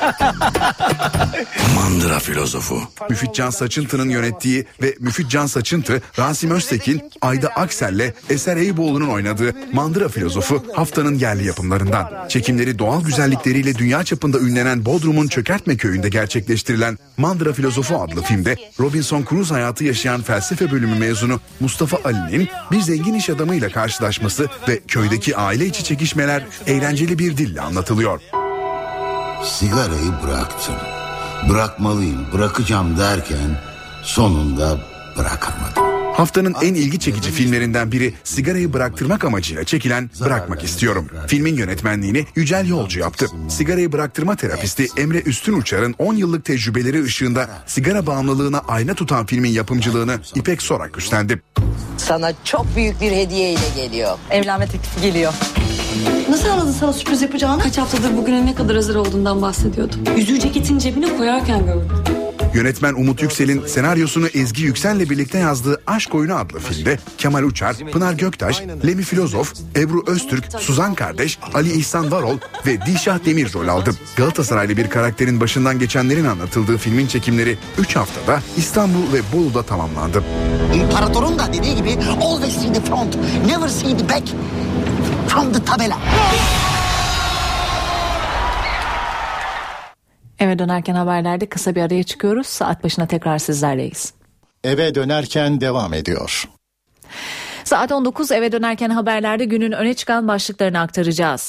Mandıra filozofu. Müfit Can Saçıntı'nın yönettiği ve Müfit Can Saçıntı, Rasim Öztekin, Ayda Aksel'le Eser Eyüboğlu'nun oynadığı Mandıra Filozofu haftanın yerli yapımlarından. Çekimleri doğal güzellikleriyle dünya çapında ünlenen Bodrum'un Çökertme köyünde gerçekleştirilen Mandıra Filozofu adlı filmde Robinson Crusoe hayatı yaşayan felsefe bölümü mezunu Mustafa Ali'nin bir zengin iş adamıyla karşılaşması ve köydeki aile içi çekişmeler eğlenceli bir dille anlatılıyor. Sigarayı bıraktım. Bırakmalıyım, bırakacağım derken sonunda bırakamadım. Haftanın en ilgi çekici filmlerinden biri sigarayı bıraktırmak amacıyla çekilen Bırakmak İstiyorum. Filmin yönetmenliğini Yücel Yolcu yaptı. Sigarayı bıraktırma terapisti Emre Üstünuçar'ın on yıllık tecrübeleri ışığında sigara bağımlılığına ayna tutan filmin yapımcılığını İpek Sorak üstlendi. Sana çok büyük bir hediye ile geliyor. Evlenme teklifi geliyor. Nasıl anladın sana sürpriz yapacağını? Kaç haftadır bugüne ne kadar hazır olduğundan bahsediyordum. Yüzüğü ceketin cebine koyarken gördüm. Yönetmen Umut Yüksel'in senaryosunu Ezgi Yüksel'le birlikte yazdığı Aşk Oyunu adlı filmde Kemal Uçar, Pınar Göktaş, Lemi Filozof, Ebru Öztürk, Suzan Kardeş, Ali İhsan Varol ve Dilşah Demir rol aldı. Galatasaraylı bir karakterin başından geçenlerin anlatıldığı filmin çekimleri üç haftada İstanbul ve Bolu'da tamamlandı. İmparatorun da dediği gibi always see the front, never see the back from the tabela. Eve dönerken haberlerde kısa bir araya çıkıyoruz. Saat başına tekrar sizlerleyiz. Eve dönerken devam ediyor. Saat on dokuz eve dönerken haberlerde günün öne çıkan başlıklarını aktaracağız.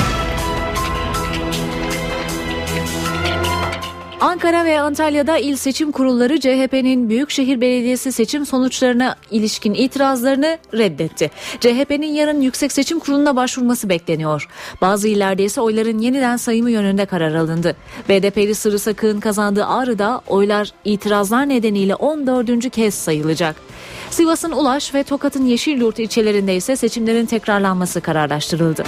Ankara ve Antalya'da il seçim kurulları C H P'nin Büyükşehir Belediyesi seçim sonuçlarına ilişkin itirazlarını reddetti. C H P'nin yarın Yüksek Seçim Kurulu'na başvurması bekleniyor. Bazı illerde ise oyların yeniden sayımı yönünde karar alındı. B D P'li Sırrı Sakık'ın kazandığı Ağrı'da oylar itirazlar nedeniyle on dördüncü kez sayılacak. Sivas'ın Ulaş ve Tokat'ın Yeşilyurt ilçelerinde ise seçimlerin tekrarlanması kararlaştırıldı.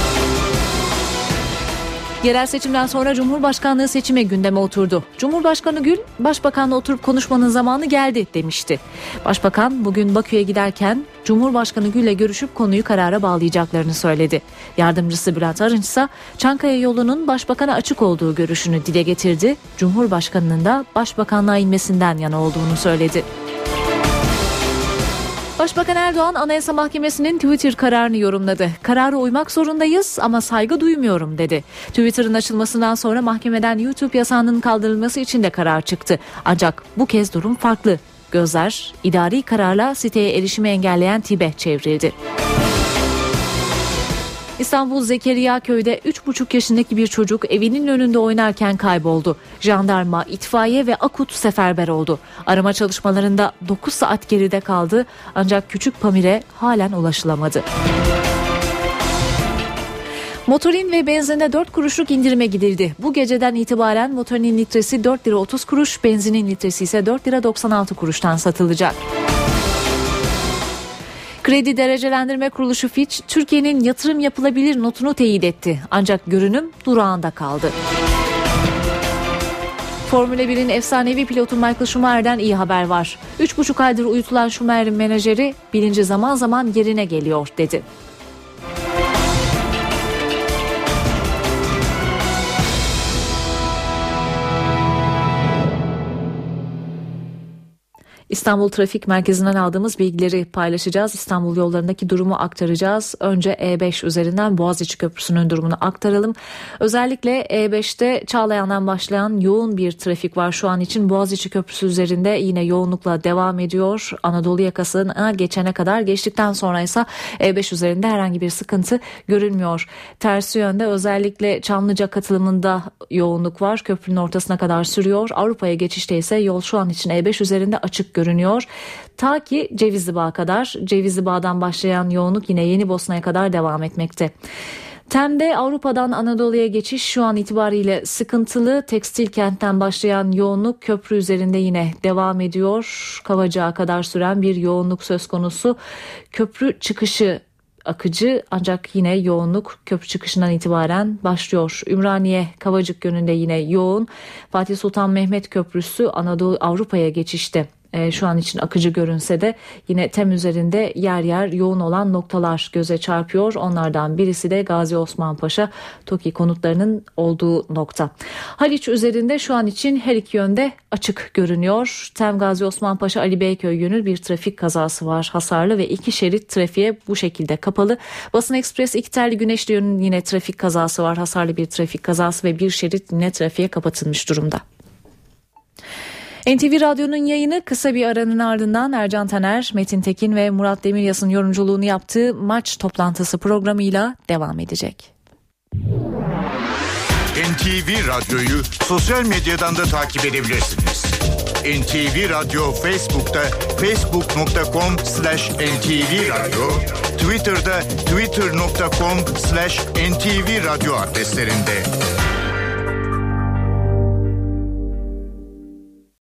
Yerel seçimden sonra Cumhurbaşkanlığı seçimi gündeme oturdu. Cumhurbaşkanı Gül, Başbakan'la oturup konuşmanın zamanı geldi demişti. Başbakan bugün Bakü'ye giderken Cumhurbaşkanı Gül'le görüşüp konuyu karara bağlayacaklarını söyledi. Yardımcısı Bülent Arınç ise Çankaya yolunun Başbakan'a açık olduğu görüşünü dile getirdi. Cumhurbaşkanının da Başbakanlığa inmesinden yana olduğunu söyledi. Başbakan Erdoğan Anayasa Mahkemesi'nin Twitter kararını yorumladı. Karara uymak zorundayız ama saygı duymuyorum dedi. Twitter'ın açılmasından sonra mahkemeden YouTube yasağının kaldırılması için de karar çıktı. Ancak bu kez durum farklı. Gözler idari kararla siteye erişimi engelleyen TİB'e çevrildi. İstanbul Zekeriya Köy'de üç buçuk yaşındaki bir çocuk evinin önünde oynarken kayboldu. Jandarma, itfaiye ve AKUT seferber oldu. Arama çalışmalarında dokuz saat geride kaldı ancak küçük Pamir'e halen ulaşılamadı. Motorin ve benzinde dört kuruşluk indirime gidildi. Bu geceden itibaren motorinin litresi dört lira otuz kuruş, benzinin litresi ise dört lira doksan altı kuruştan satılacak. Kredi Derecelendirme Kuruluşu Fitch, Türkiye'nin yatırım yapılabilir notunu teyit etti. Ancak görünüm durağında kaldı. Formula bir'in efsanevi pilotu Michael Schumacher'den iyi haber var. Üç buçuk aydır uyutulan Schumacher'in menajeri bilinci zaman zaman yerine geliyor dedi. İstanbul Trafik Merkezi'nden aldığımız bilgileri paylaşacağız. İstanbul yollarındaki durumu aktaracağız. Önce E beş üzerinden Boğaziçi Köprüsü'nün durumunu aktaralım. Özellikle E beşte Çağlayan'dan başlayan yoğun bir trafik var şu an için. Boğaziçi Köprüsü üzerinde yine yoğunlukla devam ediyor. Anadolu yakasına geçene kadar, geçtikten sonra ise E beş üzerinde herhangi bir sıkıntı görülmüyor. Tersi yönde özellikle Çamlıca katılımında yoğunluk var. Köprünün ortasına kadar sürüyor. Avrupa'ya geçişte ise yol şu an için E beş üzerinde açık görünüyor. Ta ki Cevizli Bağ'a kadar. Cevizli Bağ'dan başlayan yoğunluk yine Yenibosna'ya kadar devam etmekte. Tem'de Avrupa'dan Anadolu'ya geçiş şu an itibariyle sıkıntılı. Tekstil kentten başlayan yoğunluk köprü üzerinde yine devam ediyor. Kavacık'a kadar süren bir yoğunluk söz konusu. Köprü çıkışı akıcı ancak yine yoğunluk köprü çıkışından itibaren başlıyor. Ümraniye Kavacık yönünde yine yoğun. Fatih Sultan Mehmet Köprüsü Anadolu Avrupa'ya geçişte e, şu an için akıcı görünse de yine Tem üzerinde yer yer yoğun olan noktalar göze çarpıyor. Onlardan birisi de Gazi Osman Paşa TOKİ konutlarının olduğu nokta. Haliç üzerinde şu an için her iki yönde açık görünüyor. Tem Gazi Osman Paşa Ali Beyköy yönü bir trafik kazası var. Hasarlı ve iki şerit trafiğe bu şekilde kapalı. Basın Ekspres İkiterli Güneşli yönünün yine trafik kazası var. Hasarlı bir trafik kazası ve bir şerit yine trafiğe kapatılmış durumda. N T V Radyo'nun yayını kısa bir aranın ardından Ercan Taner, Metin Tekin ve Murat Demiryas'ın yorumculuğunu yaptığı maç toplantısı programıyla devam edecek. N T V Radyo'yu sosyal medyadan da takip edebilirsiniz. N T V Radyo Facebook'ta facebook nokta com slash N T V Radyo, Twitter'da twitter nokta com slash N T V Radyo adreslerinde.